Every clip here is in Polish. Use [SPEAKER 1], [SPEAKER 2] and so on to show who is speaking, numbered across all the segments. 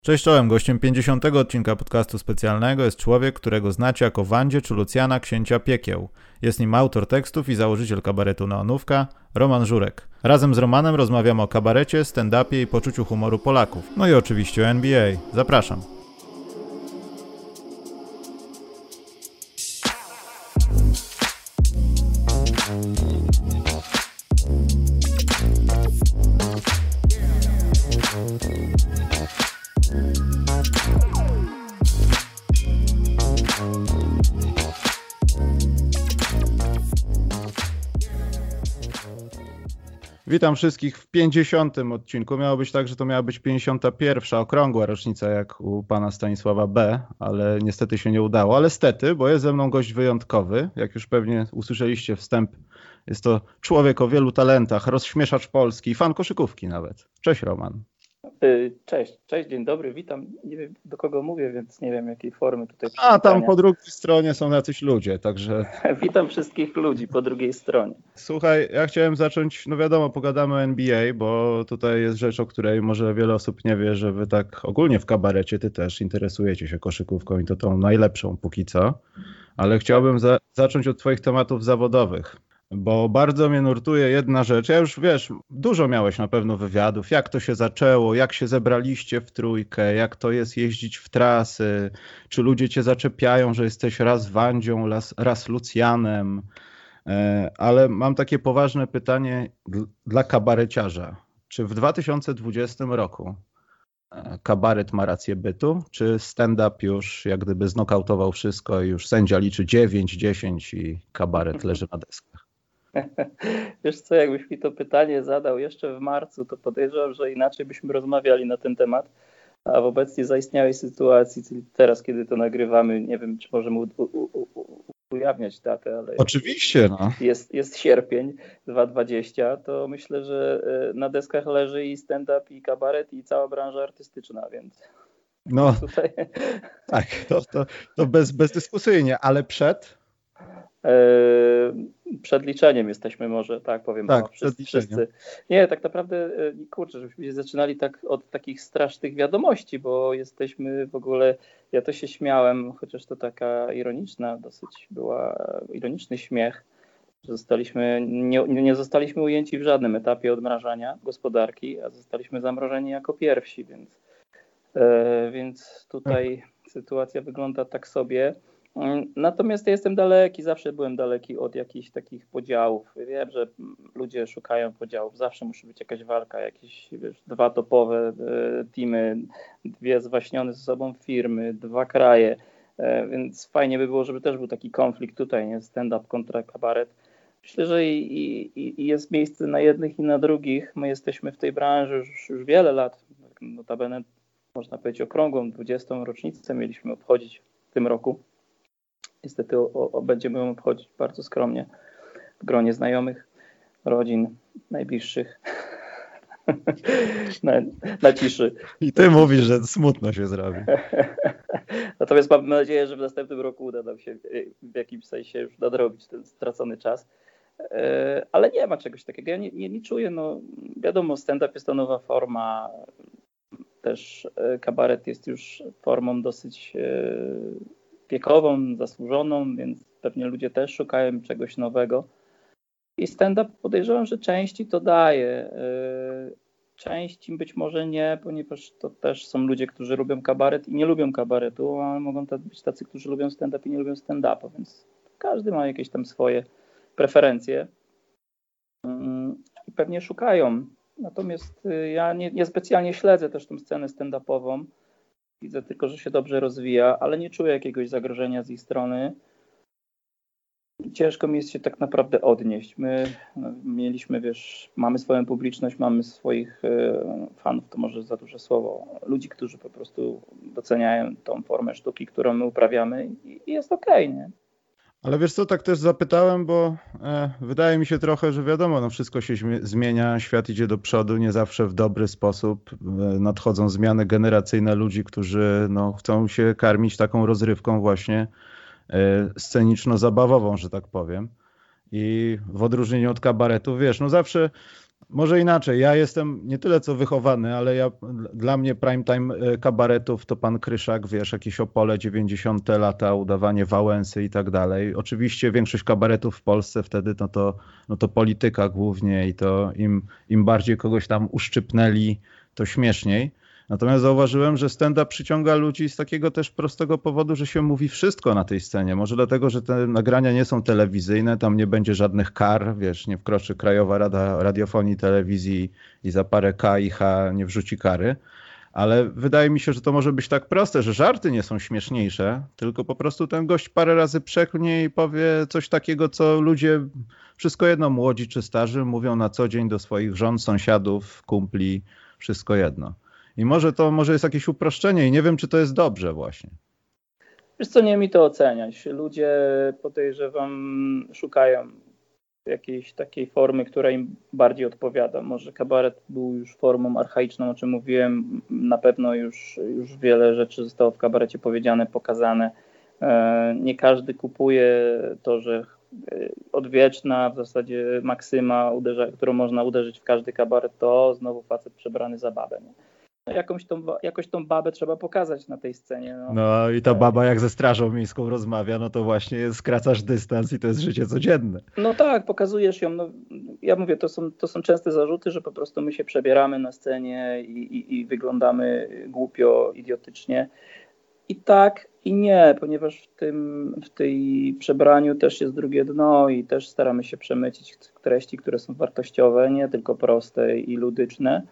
[SPEAKER 1] Cześć czołem, gościem 50. odcinka podcastu specjalnego jest człowiek, którego znacie jako Wandzie czy Lucjana, księcia piekieł. Jest nim autor tekstów i założyciel kabaretu Neonówka, Roman Żurek. Razem z Romanem rozmawiamy o kabarecie, stand-upie i poczuciu humoru Polaków. No i oczywiście o NBA. Zapraszam. Witam wszystkich w 50. odcinku. Miało być tak, że to miała być 51. okrągła rocznica jak u pana Stanisława B., ale niestety się nie udało. Ale stety, bo jest ze mną gość wyjątkowy. Jak już pewnie usłyszeliście wstęp, jest to człowiek o wielu talentach, rozśmieszacz Polski, fan koszykówki nawet. Cześć Roman.
[SPEAKER 2] Cześć, dzień dobry, witam. Nie wiem do kogo mówię, więc nie wiem jakiej formy tutaj
[SPEAKER 1] przywitania. A tam po drugiej stronie są jacyś ludzie, także...
[SPEAKER 2] Witam wszystkich ludzi po drugiej stronie.
[SPEAKER 1] Słuchaj, ja chciałem zacząć, no wiadomo, pogadamy o NBA, bo tutaj jest rzecz, o której może wiele osób nie wie, że wy tak ogólnie w kabarecie, ty też interesujecie się koszykówką i to tą najlepszą póki co, ale chciałbym zacząć od twoich tematów zawodowych. Bo bardzo mnie nurtuje jedna rzecz. Ja już wiesz, dużo miałeś na pewno wywiadów, jak to się zaczęło, jak się zebraliście w trójkę, jak to jest jeździć w trasy, czy ludzie cię zaczepiają, że jesteś raz Wandzią, raz Lucjanem. Ale mam takie poważne pytanie dla kabareciarza. Czy w 2020 roku kabaret ma rację bytu, czy stand-up już jak gdyby znokautował wszystko i już sędzia liczy 9, 10 i kabaret leży na deskach?
[SPEAKER 2] Wiesz co, jakbyś mi to pytanie zadał jeszcze w marcu, to podejrzewam, że inaczej byśmy rozmawiali na ten temat, a w obecnie zaistniałej sytuacji, czyli teraz, kiedy to nagrywamy, nie wiem, czy możemy ujawniać datę, ale
[SPEAKER 1] oczywiście, no.
[SPEAKER 2] Jest sierpień 2020, to myślę, że na deskach leży i stand-up, i kabaret, i cała branża artystyczna, więc
[SPEAKER 1] no tutaj... Tak, to bezdyskusyjnie, ale przed
[SPEAKER 2] liczeniem jesteśmy może, tak powiem.
[SPEAKER 1] Tak,
[SPEAKER 2] wszyscy. Nie, tak naprawdę, kurczę, żebyśmy zaczynali tak od takich strasznych wiadomości, bo jesteśmy w ogóle, ja to się śmiałem, chociaż to taka ironiczna dosyć była, ironiczny śmiech, że nie zostaliśmy ujęci w żadnym etapie odmrażania gospodarki, a zostaliśmy zamrożeni jako pierwsi, więc tutaj sytuacja wygląda tak sobie. Natomiast ja jestem daleki, zawsze byłem daleki od jakichś takich podziałów. Wiem, że ludzie szukają podziałów, zawsze musi być jakaś walka, jakieś dwa topowe teamy, dwie zwaśnione ze sobą firmy, dwa kraje, więc fajnie by było, żeby też był taki konflikt tutaj, nie? Stand-up kontra kabaret. Myślę, że i jest miejsce na jednych i na drugich. My jesteśmy w tej branży już wiele lat, notabene można powiedzieć okrągłą 20. rocznicę mieliśmy obchodzić w tym roku. Niestety będziemy ją obchodzić bardzo skromnie, w gronie znajomych, rodzin, najbliższych, na ciszy.
[SPEAKER 1] I ty mówisz, że smutno się zrobi.
[SPEAKER 2] Natomiast mam nadzieję, że w następnym roku uda nam się w jakimś sensie już nadrobić ten stracony czas. Ale nie ma czegoś takiego. Ja nie czuję, no wiadomo, stand-up jest to nowa forma, też kabaret jest już formą dosyć wiekową, zasłużoną, więc pewnie ludzie też szukają czegoś nowego. I stand-up podejrzewam, że części to daje. Części być może nie, ponieważ to też są ludzie, którzy lubią kabaret i nie lubią kabaretu, a mogą być tacy, którzy lubią stand-up i nie lubią stand-upu, więc każdy ma jakieś tam swoje preferencje i pewnie szukają. Natomiast ja nie specjalnie śledzę też tą scenę stand-upową. Widzę tylko, że się dobrze rozwija, ale nie czuję jakiegoś zagrożenia z ich strony. Ciężko mi jest się tak naprawdę odnieść. My mieliśmy, mamy swoją publiczność, mamy swoich fanów, to może za duże słowo, ludzi, którzy po prostu doceniają tą formę sztuki, którą my uprawiamy i jest okej, nie?
[SPEAKER 1] Ale wiesz co, tak też zapytałem, bo wydaje mi się trochę, że wiadomo, no wszystko się zmienia, świat idzie do przodu, nie zawsze w dobry sposób. Nadchodzą zmiany generacyjne ludzi, którzy no, chcą się karmić taką rozrywką właśnie sceniczno-zabawową, że tak powiem. I w odróżnieniu od kabaretu, wiesz, no zawsze Może inaczej, ja jestem nie tyle co wychowany, ale dla mnie prime time kabaretów to pan Kryszak, wiesz, jakieś Opole 90 lata, udawanie Wałęsy i tak dalej. Oczywiście większość kabaretów w Polsce wtedy no to polityka głównie i to im bardziej kogoś tam uszczypnęli, to śmieszniej. Natomiast zauważyłem, że stand-up przyciąga ludzi z takiego też prostego powodu, że się mówi wszystko na tej scenie. Może dlatego, że te nagrania nie są telewizyjne, tam nie będzie żadnych kar, wiesz, nie wkroczy Krajowa Rada Radiofonii i Telewizji i za parę K i H nie wrzuci kary. Ale wydaje mi się, że to może być tak proste, że żarty nie są śmieszniejsze, tylko po prostu ten gość parę razy przeklnie i powie coś takiego, co ludzie, wszystko jedno, młodzi czy starzy, mówią na co dzień do swoich żon, sąsiadów, kumpli, wszystko jedno. I może jest jakieś uproszczenie i nie wiem, czy to jest dobrze właśnie.
[SPEAKER 2] Wiesz co, nie mi to oceniać. Ludzie, podejrzewam, szukają jakiejś takiej formy, która im bardziej odpowiada. Może kabaret był już formą archaiczną, o czym mówiłem. Na pewno już wiele rzeczy zostało w kabarecie powiedziane, pokazane. Nie każdy kupuje to, że odwieczna w zasadzie maksyma, którą można uderzyć w każdy kabaret, to znowu facet przebrany za babę. Nie? No jakoś tą babę trzeba pokazać na tej scenie.
[SPEAKER 1] No i ta baba jak ze strażą miejską rozmawia, no to właśnie skracasz dystans i to jest życie codzienne.
[SPEAKER 2] No tak, pokazujesz ją. No, ja mówię, to są częste zarzuty, że po prostu my się przebieramy na scenie i wyglądamy głupio, idiotycznie. I tak i nie, ponieważ w tej przebraniu też jest drugie dno i też staramy się przemycić treści, które są wartościowe, nie tylko proste i ludyczne.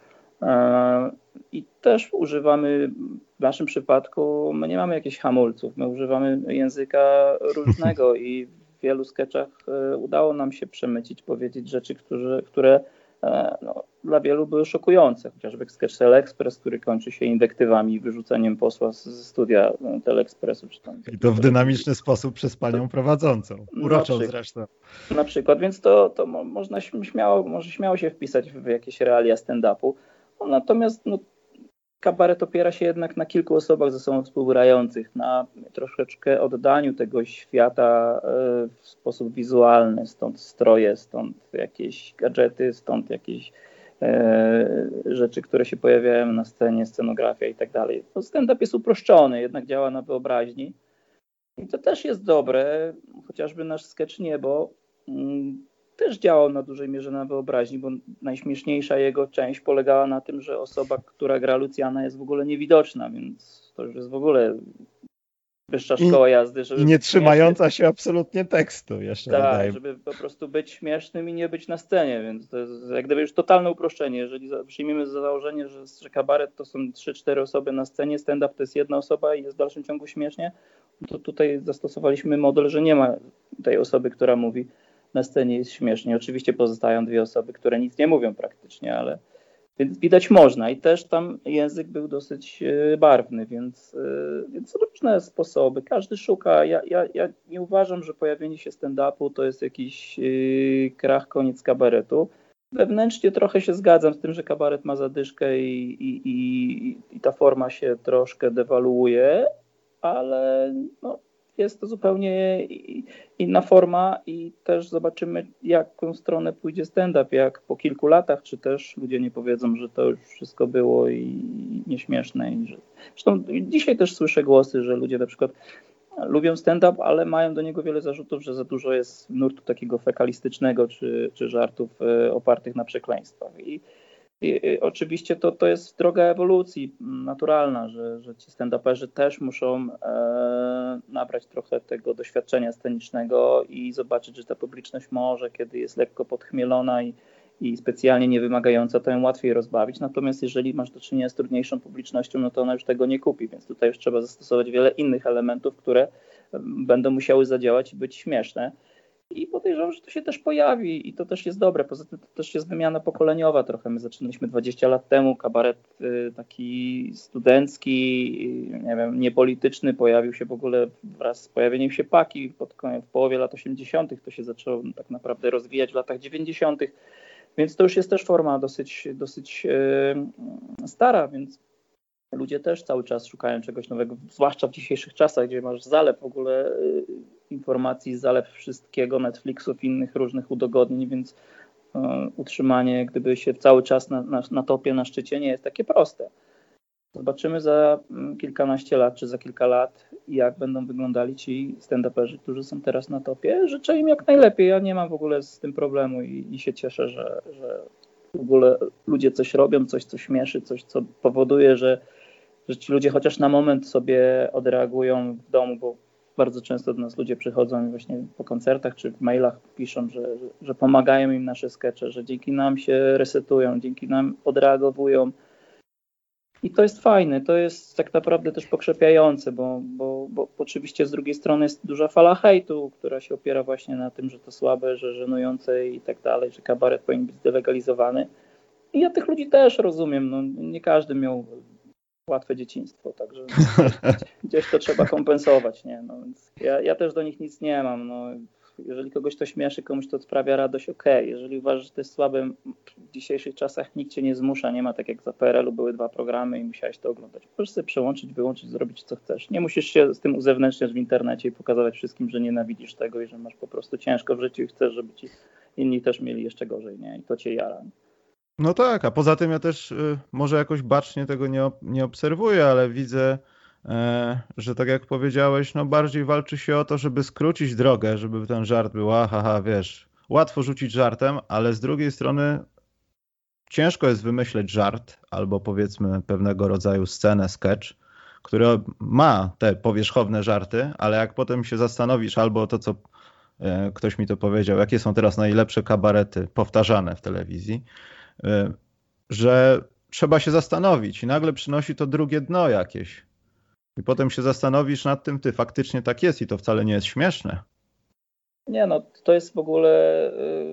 [SPEAKER 2] I też używamy, w naszym przypadku, my nie mamy jakichś hamulców, my używamy języka różnego i w wielu skeczach udało nam się przemycić, powiedzieć rzeczy, które dla wielu były szokujące, chociażby sketch Telexpress, który kończy się inwektywami i wyrzuceniem posła ze studia Teleexpressu. Czy tam,
[SPEAKER 1] i to w dynamiczny sposób przez panią prowadzącą, uroczą zresztą.
[SPEAKER 2] Na przykład, więc to może śmiało się wpisać w jakieś realia stand-upu. Natomiast kabaret opiera się jednak na kilku osobach ze sobą współgrających, na troszeczkę oddaniu tego świata w sposób wizualny, stąd stroje, stąd jakieś gadżety, stąd jakieś rzeczy, które się pojawiają na scenie, scenografia i tak dalej. Stand-up jest uproszczony, jednak działa na wyobraźni i to też jest dobre, chociażby nasz sketch Niebo też działał na dużej mierze na wyobraźni, bo najśmieszniejsza jego część polegała na tym, że osoba, która gra Lucjana, jest w ogóle niewidoczna, więc to już jest w ogóle wyższa szkoła jazdy.
[SPEAKER 1] I nie trzymająca się absolutnie tekstu jeszcze.
[SPEAKER 2] Tak,
[SPEAKER 1] wydaje.
[SPEAKER 2] żeby po prostu być śmiesznym i nie być na scenie, więc to jest jak gdyby już totalne uproszczenie. Jeżeli przyjmiemy za założenie, że kabaret to są 3-4 osoby na scenie, stand-up to jest jedna osoba i jest w dalszym ciągu śmiesznie, to tutaj zastosowaliśmy model, że nie ma tej osoby, która mówi na scenie jest śmiesznie. Oczywiście pozostają dwie osoby, które nic nie mówią praktycznie, ale więc widać można i też tam język był dosyć barwny, więc różne sposoby. Każdy szuka. Ja nie uważam, że pojawienie się stand-upu to jest jakiś krach, koniec kabaretu. Wewnętrznie trochę się zgadzam z tym, że kabaret ma zadyszkę i ta forma się troszkę dewaluuje, ale jest to zupełnie inna forma i też zobaczymy, jaką stronę pójdzie stand-up, jak po kilku latach, czy też ludzie nie powiedzą, że to już wszystko było i nieśmieszne. Zresztą dzisiaj też słyszę głosy, że ludzie na przykład lubią stand-up, ale mają do niego wiele zarzutów, że za dużo jest nurtu takiego fekalistycznego, czy żartów opartych na przekleństwach. I oczywiście to jest droga ewolucji naturalna, że ci stand-uperzy też muszą nabrać trochę tego doświadczenia scenicznego i zobaczyć, że ta publiczność może, kiedy jest lekko podchmielona i specjalnie nie wymagająca, to ją łatwiej rozbawić. Natomiast jeżeli masz do czynienia z trudniejszą publicznością, no to ona już tego nie kupi, więc tutaj już trzeba zastosować wiele innych elementów, które będą musiały zadziałać i być śmieszne. I podejrzewam, że to się też pojawi i to też jest dobre. Poza tym to też jest wymiana pokoleniowa trochę. My zaczynaliśmy 20 lat temu, kabaret taki studencki, nie wiem, niepolityczny, pojawił się w ogóle wraz z pojawieniem się Paki w połowie lat 80. To się zaczęło tak naprawdę rozwijać w latach 90. Więc to już jest też forma dosyć stara, więc ludzie też cały czas szukają czegoś nowego, zwłaszcza w dzisiejszych czasach, gdzie masz zalew w ogóle informacji, zalew wszystkiego, Netflixów, innych różnych udogodnień, więc utrzymanie, gdyby się cały czas na topie, na szczycie nie jest takie proste. Zobaczymy za kilkanaście lat, czy za kilka lat, jak będą wyglądali ci stand-uperzy, którzy są teraz na topie. Życzę im jak najlepiej. Ja nie mam w ogóle z tym problemu i się cieszę, że w ogóle ludzie coś robią, coś, co śmieszy, coś, co powoduje, że ci ludzie chociaż na moment sobie odreagują w domu, bo bardzo często do nas ludzie przychodzą i właśnie po koncertach czy w mailach piszą, że pomagają im nasze skecze, że dzięki nam się resetują, dzięki nam odreagowują. I to jest fajne, to jest tak naprawdę też pokrzepiające, bo oczywiście z drugiej strony jest duża fala hejtu, która się opiera właśnie na tym, że to słabe, że żenujące i tak dalej, że kabaret powinien być zdelegalizowany. I ja tych ludzi też rozumiem, no, nie każdy miał łatwe dzieciństwo, także gdzieś to trzeba kompensować, nie? No, więc ja też do nich nic nie mam. No. Jeżeli kogoś to śmieszy, komuś to sprawia radość, okej. Jeżeli uważasz, że to jest słabe, w dzisiejszych czasach nikt cię nie zmusza, nie ma tak jak za PRL-u były 2 programy i musiałeś to oglądać. Możesz sobie przełączyć, wyłączyć, zrobić co chcesz. Nie musisz się z tym uzewnętrzniać w internecie i pokazywać wszystkim, że nienawidzisz tego i że masz po prostu ciężko w życiu i chcesz, żeby ci inni też mieli jeszcze gorzej, nie? I to cię jara.
[SPEAKER 1] No tak, a poza tym ja też może jakoś bacznie tego nie obserwuję, ale widzę, że tak jak powiedziałeś, no bardziej walczy się o to, żeby skrócić drogę, żeby ten żart był, haha, wiesz, łatwo rzucić żartem, ale z drugiej strony ciężko jest wymyśleć żart albo powiedzmy pewnego rodzaju scenę, sketch, który ma te powierzchowne żarty, ale jak potem się zastanowisz albo to, co ktoś mi to powiedział, jakie są teraz najlepsze kabarety powtarzane w telewizji, że trzeba się zastanowić i nagle przynosi to drugie dno jakieś. I potem się zastanowisz nad tym, faktycznie tak jest i to wcale nie jest śmieszne.
[SPEAKER 2] Nie no, to jest w ogóle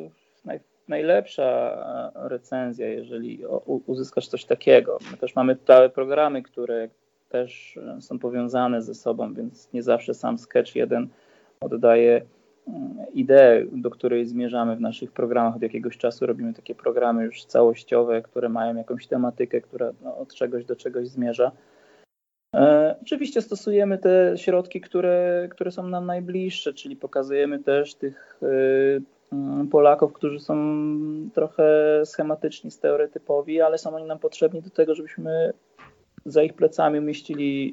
[SPEAKER 2] najlepsza recenzja, jeżeli uzyskasz coś takiego. My też mamy całe programy, które też są powiązane ze sobą, więc nie zawsze sam sketch jeden oddaje ideę, do której zmierzamy w naszych programach. Od jakiegoś czasu robimy takie programy już całościowe, które mają jakąś tematykę, która od czegoś do czegoś zmierza. Oczywiście stosujemy te środki, które są nam najbliższe, czyli pokazujemy też tych Polaków, którzy są trochę schematyczni, stereotypowi, ale są oni nam potrzebni do tego, żebyśmy za ich plecami umieścili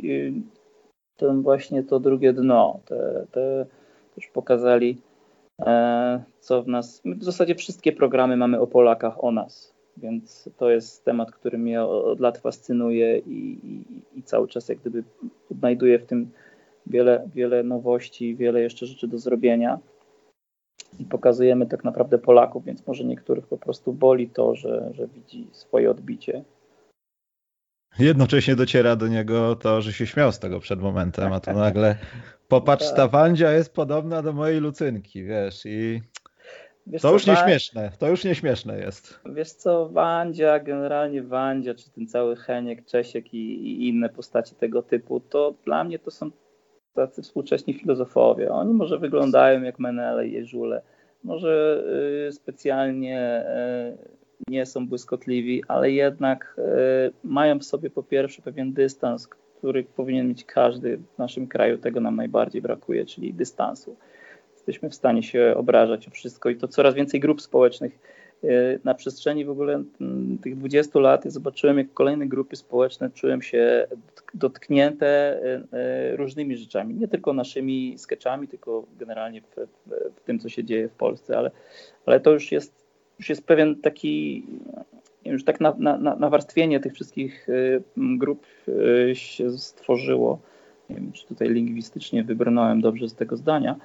[SPEAKER 2] właśnie to drugie dno. Już pokazali, co w nas... W zasadzie wszystkie programy mamy o Polakach, o nas, więc to jest temat, który mnie od lat fascynuje i cały czas jak gdyby odnajduję w tym wiele nowości, wiele jeszcze rzeczy do zrobienia. I pokazujemy tak naprawdę Polaków, więc może niektórych po prostu boli to, że widzi swoje odbicie.
[SPEAKER 1] Jednocześnie dociera do niego to, że się śmiał z tego przed momentem, a tu nagle popatrz, ta Wandzia jest podobna do mojej Lucynki, wiesz, i wiesz to co, już nieśmieszne, to już nieśmieszne jest.
[SPEAKER 2] Wiesz co, generalnie Wandzia, czy ten cały Heniek, Czesiek i inne postaci tego typu, to dla mnie to są tacy współcześni filozofowie. Oni może wyglądają jak Menele i Jeżule, może specjalnie nie są błyskotliwi, ale jednak mają w sobie po pierwsze pewien dystans, który powinien mieć każdy w naszym kraju. Tego nam najbardziej brakuje, czyli dystansu. Jesteśmy w stanie się obrażać o wszystko i to coraz więcej grup społecznych. Na przestrzeni w ogóle tych 20 lat zobaczyłem, jak kolejne grupy społeczne czułem się dotknięte różnymi rzeczami. Nie tylko naszymi sketchami, tylko generalnie w tym, co się dzieje w Polsce, ale to już jest pewien taki, już tak nawarstwienie tych wszystkich grup się stworzyło. Nie wiem, czy tutaj lingwistycznie wybrnąłem dobrze z tego zdania.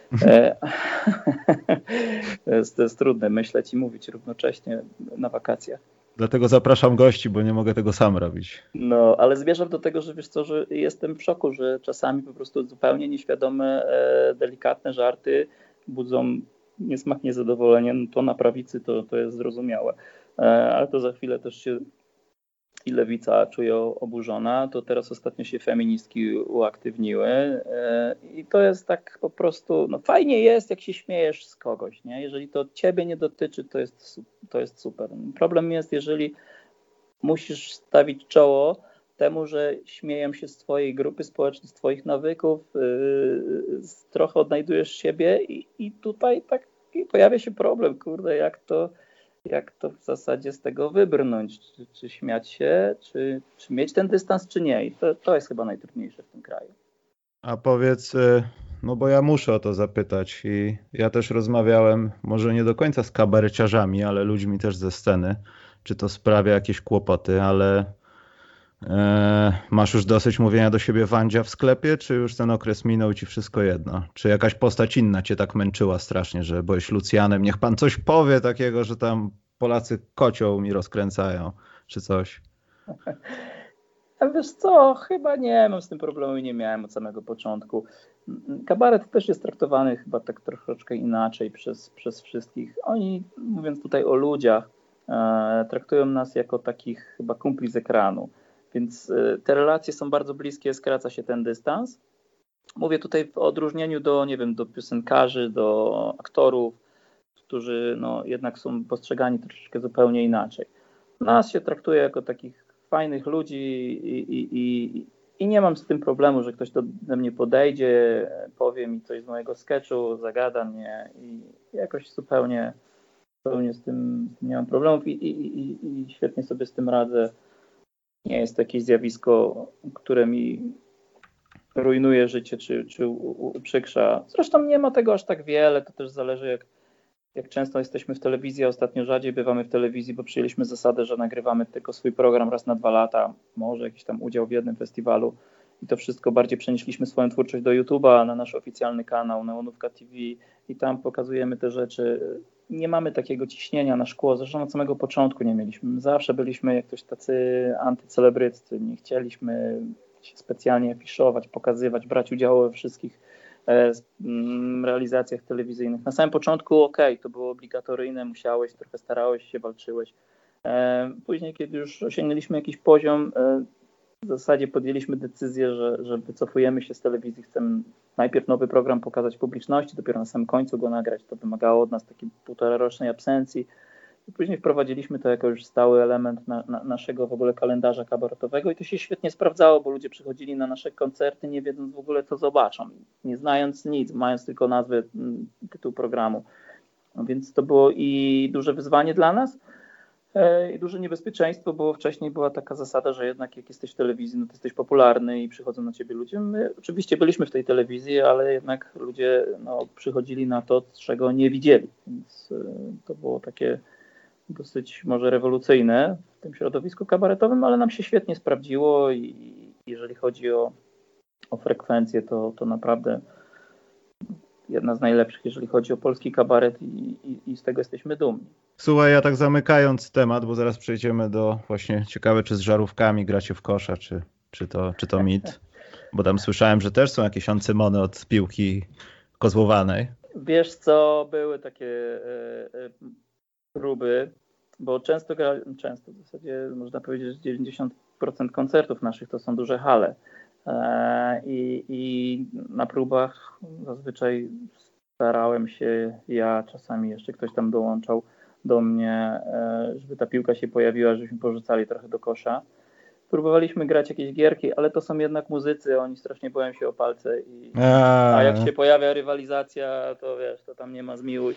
[SPEAKER 2] To jest trudne myśleć i mówić równocześnie na wakacjach.
[SPEAKER 1] Dlatego zapraszam gości, bo nie mogę tego sam robić.
[SPEAKER 2] No, ale zmierzam do tego, że wiesz co, że jestem w szoku, że czasami po prostu zupełnie nieświadome, delikatne żarty budzą niesmak, niezadowolenie. No to na prawicy to jest zrozumiałe, ale to za chwilę też się i lewica czuje oburzona, to teraz ostatnio się feministki uaktywniły i to jest tak po prostu, no fajnie jest, jak się śmiejesz z kogoś, nie? Jeżeli to ciebie nie dotyczy, to jest super. Problem jest, jeżeli musisz stawić czoło temu, że śmieją się z twojej grupy społecznej, z twoich nawyków, trochę odnajdujesz siebie i tutaj tak pojawia się problem, kurde, jak to jak to w zasadzie z tego wybrnąć, czy śmiać się, czy mieć ten dystans, czy nie. I to jest chyba najtrudniejsze w tym kraju.
[SPEAKER 1] A powiedz, no bo ja muszę o to zapytać i ja też rozmawiałem, może nie do końca z kabareciarzami, ale ludźmi też ze sceny, czy to sprawia jakieś kłopoty, ale masz już dosyć mówienia do siebie Wandzia w sklepie, czy już ten okres minął i ci wszystko jedno? Czy jakaś postać inna cię tak męczyła strasznie, że byłeś Lucjanem, niech pan coś powie takiego, że tam Polacy kocioł mi rozkręcają, czy coś?
[SPEAKER 2] A wiesz co, chyba nie mam z tym problemu i nie miałem od samego początku. Kabaret też jest traktowany chyba tak troszeczkę inaczej przez wszystkich. Oni, mówiąc tutaj o ludziach, traktują nas jako takich chyba kumpli z ekranu. Więc te relacje są bardzo bliskie, skraca się ten dystans. Mówię tutaj w odróżnieniu do, nie wiem, do piosenkarzy, do aktorów, którzy no, jednak są postrzegani troszeczkę zupełnie inaczej. Nas się traktuje jako takich fajnych ludzi i nie mam z tym problemu, że ktoś do mnie podejdzie, powie mi coś z mojego sketchu, zagada mnie i jakoś zupełnie z tym nie mam problemów i świetnie sobie z tym radzę. Nie jest to jakieś zjawisko, które mi rujnuje życie czy uprzykrza. Zresztą nie ma tego aż tak wiele, to też zależy jak często jesteśmy w telewizji, a ostatnio rzadziej bywamy w telewizji, bo przyjęliśmy zasadę, że nagrywamy tylko swój program raz na 2 lata, może jakiś tam udział w jednym festiwalu i to wszystko bardziej przenieśliśmy swoją twórczość do YouTube'a, na nasz oficjalny kanał Neonówka TV i tam pokazujemy te rzeczy. Nie mamy takiego ciśnienia na szkło, zresztą od samego początku nie mieliśmy. Zawsze byliśmy jak ktoś tacy antycelebryccy, nie chcieliśmy się specjalnie afiszować, pokazywać, brać udział we wszystkich realizacjach telewizyjnych. Na samym początku to było obligatoryjne, musiałeś, trochę starałeś się, walczyłeś. Później, kiedy już osiągnęliśmy jakiś poziom, w zasadzie podjęliśmy decyzję, że wycofujemy się z telewizji, chcemy najpierw nowy program pokazać publiczności, dopiero na samym końcu go nagrać. To wymagało od nas takiej 1,5-rocznej absencji. I później wprowadziliśmy to jako już stały element naszego w ogóle kalendarza kabaretowego i to się świetnie sprawdzało, bo ludzie przychodzili na nasze koncerty nie wiedząc w ogóle co zobaczą, nie znając nic, mając tylko nazwę, tytuł programu. No więc to było i duże wyzwanie dla nas i duże niebezpieczeństwo, bo wcześniej była taka zasada, że jednak jak jesteś w telewizji, no to jesteś popularny i przychodzą na ciebie ludzie. My oczywiście byliśmy w tej telewizji, ale jednak ludzie przychodzili na to, czego nie widzieli, więc to było takie dosyć może rewolucyjne w tym środowisku kabaretowym, ale nam się świetnie sprawdziło i jeżeli chodzi o frekwencję, to naprawdę jedna z najlepszych, jeżeli chodzi o polski kabaret i z tego jesteśmy dumni.
[SPEAKER 1] Słuchaj, ja tak zamykając temat, bo zaraz przejdziemy do właśnie ciekawe, czy z żarówkami gracie w kosza, czy to mit, bo tam słyszałem, że też są jakieś ancymony od piłki kozłowanej.
[SPEAKER 2] Wiesz co, były takie próby, bo często w zasadzie można powiedzieć, że 90% koncertów naszych to są duże hale i na próbach zazwyczaj starałem się, ja czasami jeszcze ktoś tam dołączał do mnie, żeby ta piłka się pojawiła, żebyśmy porzucali trochę do kosza. Próbowaliśmy grać jakieś gierki, ale to są jednak muzycy, oni strasznie boją się o palce a jak się pojawia rywalizacja, to wiesz, to tam nie ma zmiłuj.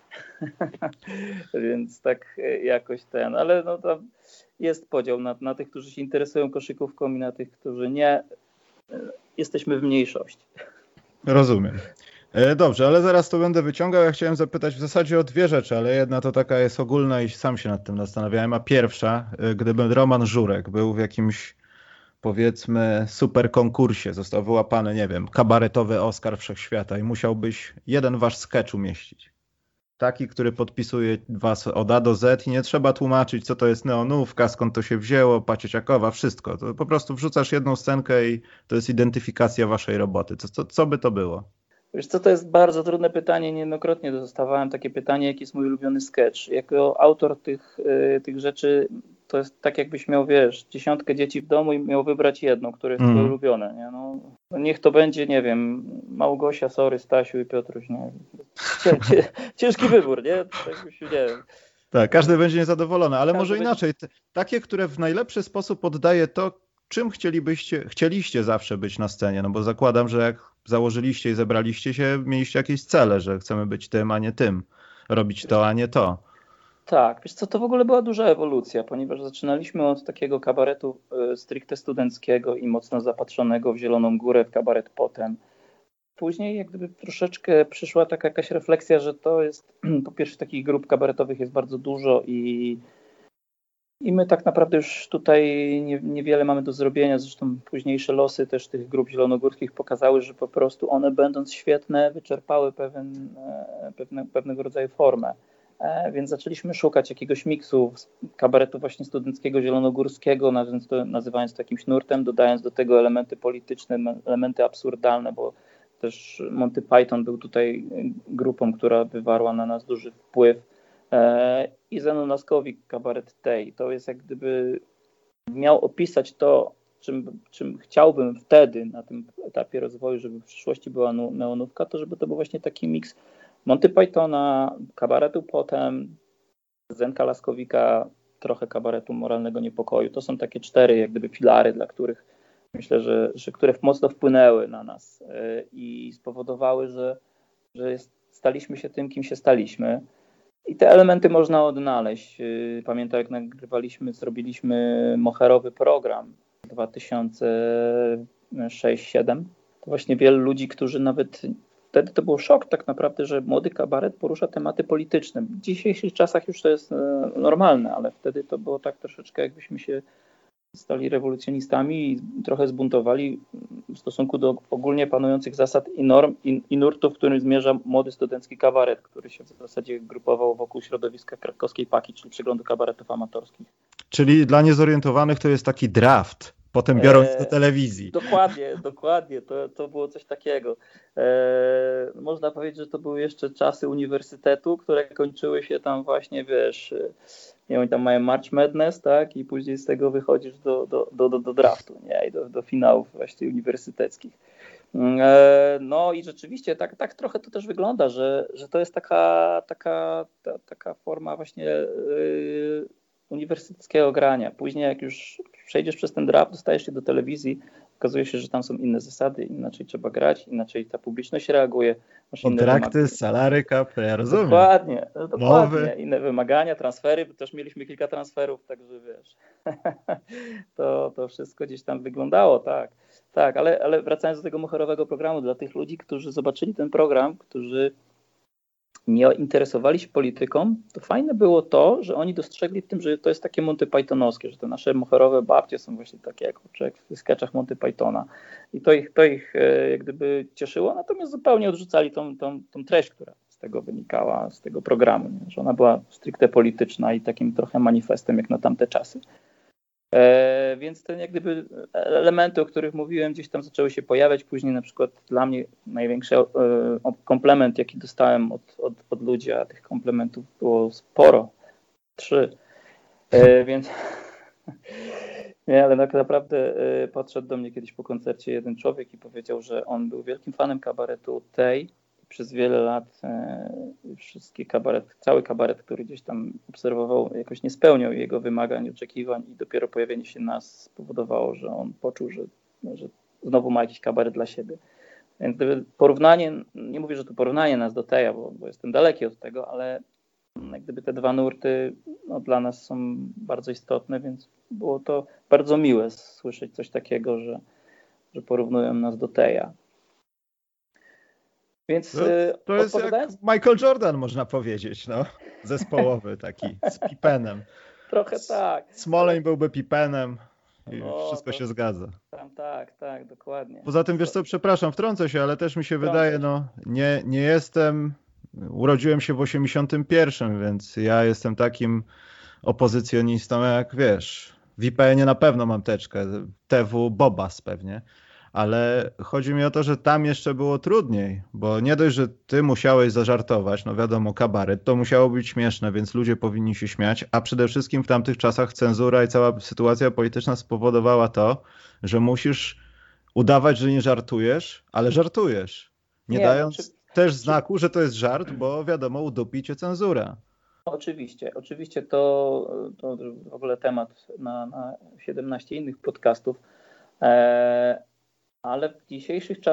[SPEAKER 2] Więc tak jakoś ale no to jest podział na tych, którzy się interesują koszykówką i na tych, którzy nie. Jesteśmy w mniejszości.
[SPEAKER 1] Rozumiem. Dobrze, ale zaraz to będę wyciągał. Ja chciałem zapytać w zasadzie o 2 rzeczy, ale jedna to taka jest ogólna i sam się nad tym zastanawiałem. A pierwsza, gdyby Roman Żurek był w jakimś, powiedzmy, super konkursie, został wyłapany, nie wiem, kabaretowy Oscar Wszechświata i musiałbyś jeden wasz sketch umieścić. Taki, który podpisuje was od A do Z i nie trzeba tłumaczyć, co to jest neonówka, skąd to się wzięło, Pacieciakowa, wszystko. To po prostu wrzucasz jedną scenkę i to jest identyfikacja waszej roboty. Co by to było?
[SPEAKER 2] Wiesz co, to jest bardzo trudne pytanie. Niejednokrotnie dostawałem takie pytanie, jaki jest mój ulubiony sketch. Jako autor tych rzeczy to jest tak, jakbyś miał, 10 dzieci w domu i miał wybrać jedno, które jest twoje ulubione. Nie? No, niech to będzie, nie wiem, Małgosia, Sory, Stasiu i Piotruś. Nie? Ciężki wybór, nie? Tak byś, nie wiem.
[SPEAKER 1] Tak, każdy będzie niezadowolony, ale może inaczej. Takie, które w najlepszy sposób oddaje to, czym chcieliście zawsze być na scenie, no bo zakładam, że jak założyliście i zebraliście się, mieliście jakieś cele, że chcemy być tym, a nie tym, robić to, a nie to.
[SPEAKER 2] Tak, wiesz co, to w ogóle była duża ewolucja, ponieważ zaczynaliśmy od takiego kabaretu stricte studenckiego i mocno zapatrzonego w Zieloną Górę, w kabaret Potem. Później jak gdyby troszeczkę przyszła taka jakaś refleksja, że to jest, po pierwsze takich grup kabaretowych jest bardzo dużo i my tak naprawdę już tutaj niewiele mamy do zrobienia. Zresztą późniejsze losy też tych grup zielonogórskich pokazały, że po prostu one będąc świetne wyczerpały pewnego rodzaju formę. Więc zaczęliśmy szukać jakiegoś miksu kabaretu właśnie studenckiego, zielonogórskiego, nazywając to jakimś nurtem, dodając do tego elementy polityczne, elementy absurdalne, bo też Monty Python był tutaj grupą, która wywarła na nas duży wpływ. I Zenon Laskowik, kabaret Tej. To jest jak gdyby miał opisać to, czym chciałbym wtedy na tym etapie rozwoju, żeby w przyszłości była neonówka, to żeby to był właśnie taki miks Monty Pythona, kabaretu Potem, Zenka Laskowika, trochę kabaretu Moralnego Niepokoju. To są takie 4 jak gdyby filary, dla których myślę, że które mocno wpłynęły na nas i spowodowały, że staliśmy się tym, kim się staliśmy. I te elementy można odnaleźć. Pamiętam, jak zrobiliśmy moherowy program w 2006-2007. To właśnie wielu ludzi, którzy nawet wtedy to był szok tak naprawdę, że młody kabaret porusza tematy polityczne. W dzisiejszych czasach już to jest normalne, ale wtedy to było tak troszeczkę, jakbyśmy się stali rewolucjonistami i trochę zbuntowali w stosunku do ogólnie panujących zasad i norm i nurtu, w którym zmierza młody studencki kabaret, który się w zasadzie grupował wokół środowiska krakowskiej Paki, czyli przeglądu kabaretów amatorskich.
[SPEAKER 1] Czyli dla niezorientowanych to jest taki draft, potem biorąc do telewizji.
[SPEAKER 2] Dokładnie. To było coś takiego. Można powiedzieć, że to były jeszcze czasy uniwersytetu, które kończyły się tam właśnie, wiesz, nie, oni tam mają March Madness, tak, i później z tego wychodzisz do draftu, nie, i do finałów właśnie uniwersyteckich. No i rzeczywiście tak trochę to też wygląda, że to jest taka forma właśnie uniwersyteckiego grania. Później jak już przejdziesz przez ten draft, dostajesz się do telewizji, okazuje się, że tam są inne zasady, inaczej trzeba grać, inaczej ta publiczność reaguje.
[SPEAKER 1] Kontrakty, salary cap, ja rozumiem.
[SPEAKER 2] Dokładnie.
[SPEAKER 1] Mowy.
[SPEAKER 2] Inne wymagania, transfery, też mieliśmy kilka transferów, także wiesz, to wszystko gdzieś tam wyglądało, tak. Tak, ale wracając do tego moherowego programu, dla tych ludzi, którzy zobaczyli ten program, którzy nie interesowali się polityką, to fajne było to, że oni dostrzegli w tym, że to jest takie Monty Pythonowskie, że te nasze moherowe babcie są właśnie takie jak w sketchach Monty Pythona. I to ich jak gdyby cieszyło, natomiast zupełnie odrzucali tą treść, która z tego wynikała, z tego programu, nie? Że ona była stricte polityczna i takim trochę manifestem jak na tamte czasy. Więc te jak gdyby elementy, o których mówiłem, gdzieś tam zaczęły się pojawiać. Później na przykład dla mnie największy komplement, jaki dostałem od ludzi, a tych komplementów było sporo, 3. Więc nie, ale tak naprawdę podszedł do mnie kiedyś po koncercie jeden człowiek i powiedział, że on był wielkim fanem kabaretu Tej. Przez wiele lat cały kabaret, który gdzieś tam obserwował, jakoś nie spełniał jego wymagań, oczekiwań i dopiero pojawienie się nas spowodowało, że on poczuł, że znowu ma jakiś kabaret dla siebie. Więc porównanie, nie mówię, że to porównanie nas do Teja, bo jestem daleki od tego, ale jak gdyby te 2 nurty dla nas są bardzo istotne, więc było to bardzo miłe słyszeć coś takiego, że porównują nas do Teja. Więc
[SPEAKER 1] to jest jak Michael Jordan, można powiedzieć, no. Zespołowy taki, z Pippenem.
[SPEAKER 2] Trochę tak.
[SPEAKER 1] Smoleń byłby Pippenem i wszystko się zgadza.
[SPEAKER 2] Tak, dokładnie.
[SPEAKER 1] Poza tym, wiesz co, przepraszam, wtrącę się, ale też mi się wydaje, urodziłem się w 81, więc ja jestem takim opozycjonistą jak, wiesz, w IPN-ie na pewno mam teczkę, TW Bobas pewnie. Ale chodzi mi o to, że tam jeszcze było trudniej, bo nie dość, że ty musiałeś zażartować, no wiadomo, kabaret, to musiało być śmieszne, więc ludzie powinni się śmiać, a przede wszystkim w tamtych czasach cenzura i cała sytuacja polityczna spowodowała to, że musisz udawać, że nie żartujesz, ale żartujesz, nie dając też znaku, że to jest żart, bo wiadomo, udupi cię cenzura.
[SPEAKER 2] Oczywiście to w ogóle temat na 17 innych podcastów. Ale w dzisiejszych czasach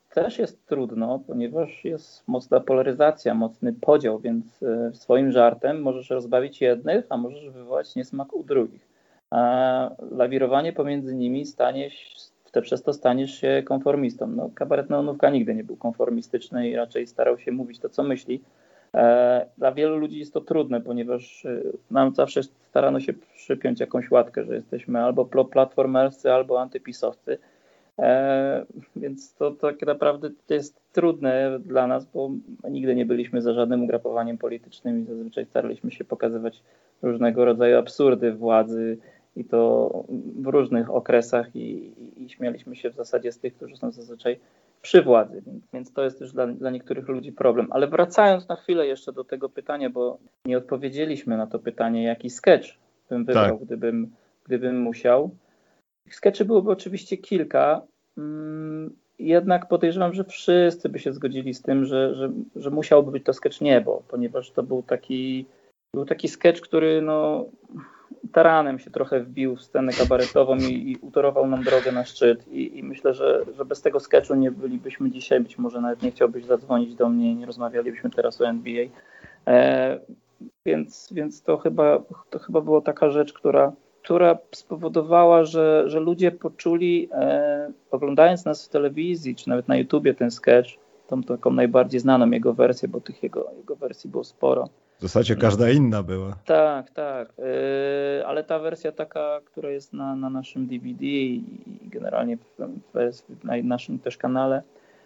[SPEAKER 2] też jest trudno, ponieważ jest mocna polaryzacja, mocny podział, więc swoim żartem możesz rozbawić jednych, a możesz wywołać niesmak u drugich. A lawirowanie pomiędzy nimi przez to staniesz się konformistą. No, kabaret Neonówka nigdy nie był konformistyczny i raczej starał się mówić to, co myśli. Dla wielu ludzi jest to trudne, ponieważ nam zawsze starano się przypiąć jakąś łatkę, że jesteśmy albo platformerscy, albo antypisowcy. Więc to tak naprawdę to jest trudne dla nas, bo nigdy nie byliśmy za żadnym ugrupowaniem politycznym i zazwyczaj staraliśmy się pokazywać różnego rodzaju absurdy władzy i to w różnych okresach i śmialiśmy się w zasadzie z tych, którzy są zazwyczaj przy władzy, więc to jest też dla niektórych ludzi problem. Ale wracając na chwilę jeszcze do tego pytania, bo nie odpowiedzieliśmy na to pytanie, jaki sketch bym wybrał, tak, gdybym musiał. Skeczy byłoby oczywiście kilka, jednak podejrzewam, że wszyscy by się zgodzili z tym, że musiałby być to sketch Niebo, ponieważ to był taki sketch, który taranem się trochę wbił w scenę kabaretową i utorował nam drogę na szczyt i myślę, że bez tego sketchu nie bylibyśmy dzisiaj, być może nawet nie chciałbyś zadzwonić do mnie, nie rozmawialibyśmy teraz o NBA, więc to chyba była taka rzecz, która spowodowała, że ludzie poczuli, oglądając nas w telewizji, czy nawet na YouTubie ten sketch, tą taką najbardziej znaną jego wersję, bo tych jego wersji było sporo.
[SPEAKER 1] W zasadzie każda inna była.
[SPEAKER 2] Tak. Ale ta wersja taka, która jest na naszym DVD i generalnie na naszym też kanale,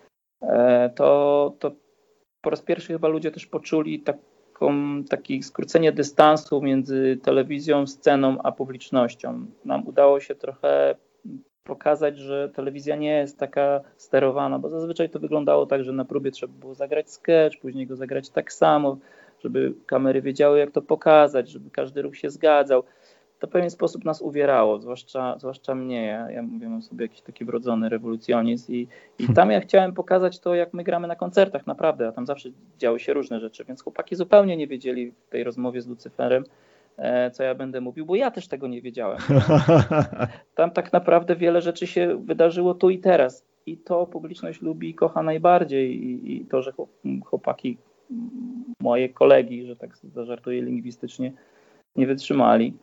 [SPEAKER 2] to po raz pierwszy chyba ludzie też poczuli takie skrócenie dystansu między telewizją, sceną a publicznością. Nam udało się trochę pokazać, że telewizja nie jest taka sterowana, bo zazwyczaj to wyglądało tak, że na próbie trzeba było zagrać sketch, później go zagrać tak samo, żeby kamery wiedziały, jak to pokazać, żeby każdy ruch się zgadzał. To w pewien sposób nas uwierało, zwłaszcza mnie. Ja mówię, mam sobie jakiś taki wrodzony rewolucjonizm i tam ja chciałem pokazać to, jak my gramy na koncertach, naprawdę, a tam zawsze działy się różne rzeczy, więc chłopaki zupełnie nie wiedzieli w tej rozmowie z Lucyferem, co ja będę mówił, bo ja też tego nie wiedziałem. Tam tak naprawdę wiele rzeczy się wydarzyło tu i teraz i to publiczność lubi i kocha najbardziej i to, że chłopaki, moje kolegi, że tak zażartuję lingwistycznie, nie wytrzymali,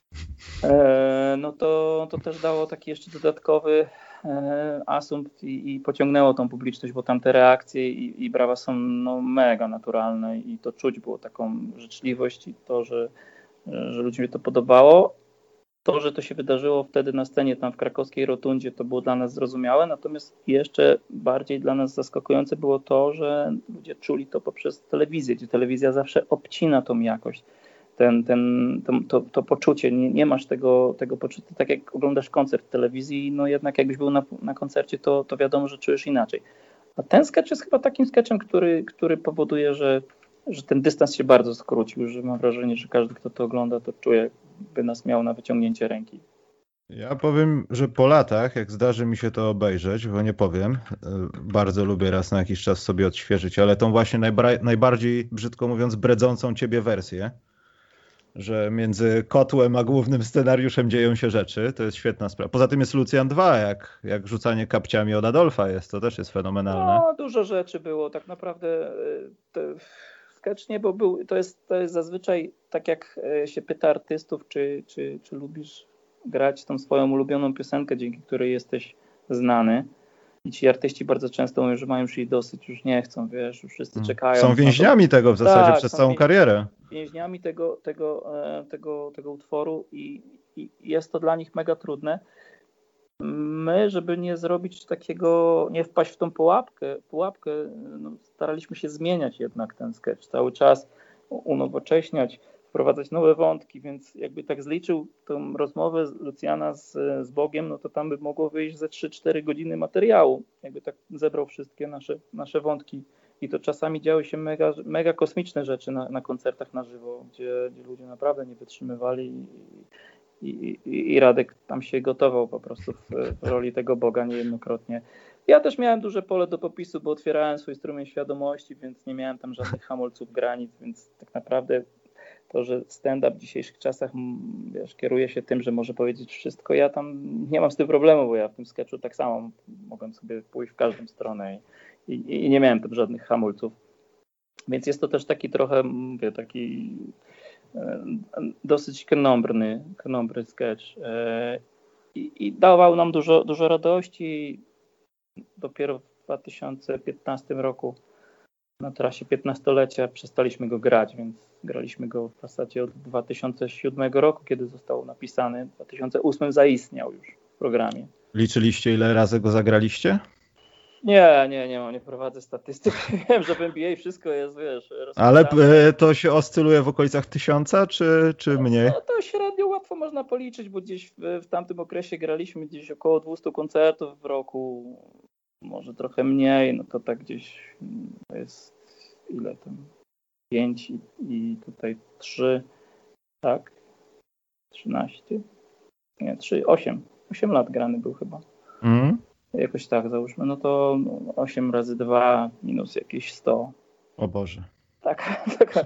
[SPEAKER 2] no to też dało taki jeszcze dodatkowy asumpt i pociągnęło tą publiczność, bo tam te reakcje i brawa są mega naturalne i to czuć było taką życzliwość i to, że ludziom się to podobało. To, że to się wydarzyło wtedy na scenie tam w krakowskiej Rotundzie, to było dla nas zrozumiałe, natomiast jeszcze bardziej dla nas zaskakujące było to, że ludzie czuli to poprzez telewizję, gdzie telewizja zawsze obcina tą jakość, to poczucie, nie masz tego poczucia, tak jak oglądasz koncert w telewizji, jednak jakbyś był na koncercie, to wiadomo, że czujesz inaczej. A ten sketch jest chyba takim sketchem, który powoduje, że ten dystans się bardzo skrócił, że mam wrażenie, że każdy, kto to ogląda, to czuje, by nas miał na wyciągnięcie ręki.
[SPEAKER 1] Ja powiem, że po latach, jak zdarzy mi się to obejrzeć, bo nie powiem, bardzo lubię raz na jakiś czas sobie odświeżyć, ale tą właśnie najbardziej, brzydko mówiąc, bredzącą ciebie wersję, że między kotłem a głównym scenariuszem dzieją się rzeczy, to jest świetna sprawa. Poza tym jest Lucjan 2, jak rzucanie kapciami od Adolfa jest, to też jest fenomenalne.
[SPEAKER 2] Dużo rzeczy było, tak naprawdę sketch Niebo był, to jest zazwyczaj tak jak się pyta artystów, czy lubisz grać tą swoją ulubioną piosenkę, dzięki której jesteś znany. I ci artyści bardzo często mówią, że mają już jej dosyć, już nie chcą, wiesz, już wszyscy czekają.
[SPEAKER 1] Są więźniami tego w zasadzie przez całą karierę.
[SPEAKER 2] Więźniami tego utworu i jest to dla nich mega trudne. My, żeby nie zrobić takiego, nie wpaść w tą pułapkę, staraliśmy się zmieniać jednak ten sketch cały czas, unowocześniać, wprowadzać nowe wątki, więc jakby tak zliczył tą rozmowę Lucjana z Bogiem, to tam by mogło wyjść ze 3-4 godziny materiału, jakby tak zebrał wszystkie nasze wątki i to czasami działy się mega kosmiczne rzeczy na koncertach na żywo, gdzie ludzie naprawdę nie wytrzymywali i Radek tam się gotował po prostu w roli tego Boga niejednokrotnie. Ja też miałem duże pole do popisu, bo otwierałem swój strumień świadomości, więc nie miałem tam żadnych hamulców, granic, więc tak naprawdę to, że stand-up w dzisiejszych czasach, wiesz, kieruje się tym, że może powiedzieć wszystko, ja tam nie mam z tym problemu, bo ja w tym sketchu tak samo mogłem sobie pójść w każdą stronę i nie miałem tam żadnych hamulców. Więc jest to też taki trochę, mówię, taki dosyć knombrny sketch. I dawał nam dużo radości. Dopiero w 2015 roku na trasie 15-lecia przestaliśmy go grać, więc graliśmy go w zasadzie od 2007 roku, kiedy został napisany. W 2008 zaistniał już w programie.
[SPEAKER 1] Liczyliście, ile razy go zagraliście?
[SPEAKER 2] Nie prowadzę statystyk. Wiem, że w NBA wszystko jest, wiesz...
[SPEAKER 1] Ale to się oscyluje w okolicach 1000, czy mniej?
[SPEAKER 2] No to średnio łatwo można policzyć, bo gdzieś w tamtym okresie graliśmy gdzieś około 200 koncertów w roku, może trochę mniej, no to tak gdzieś jest ile tam? 5 i tutaj 3, tak? 13? Nie, 3, 8. 8 lat grany był chyba. Jakoś tak załóżmy, no to 8 razy 2 minus jakieś 100.
[SPEAKER 1] O Boże.
[SPEAKER 2] Tak.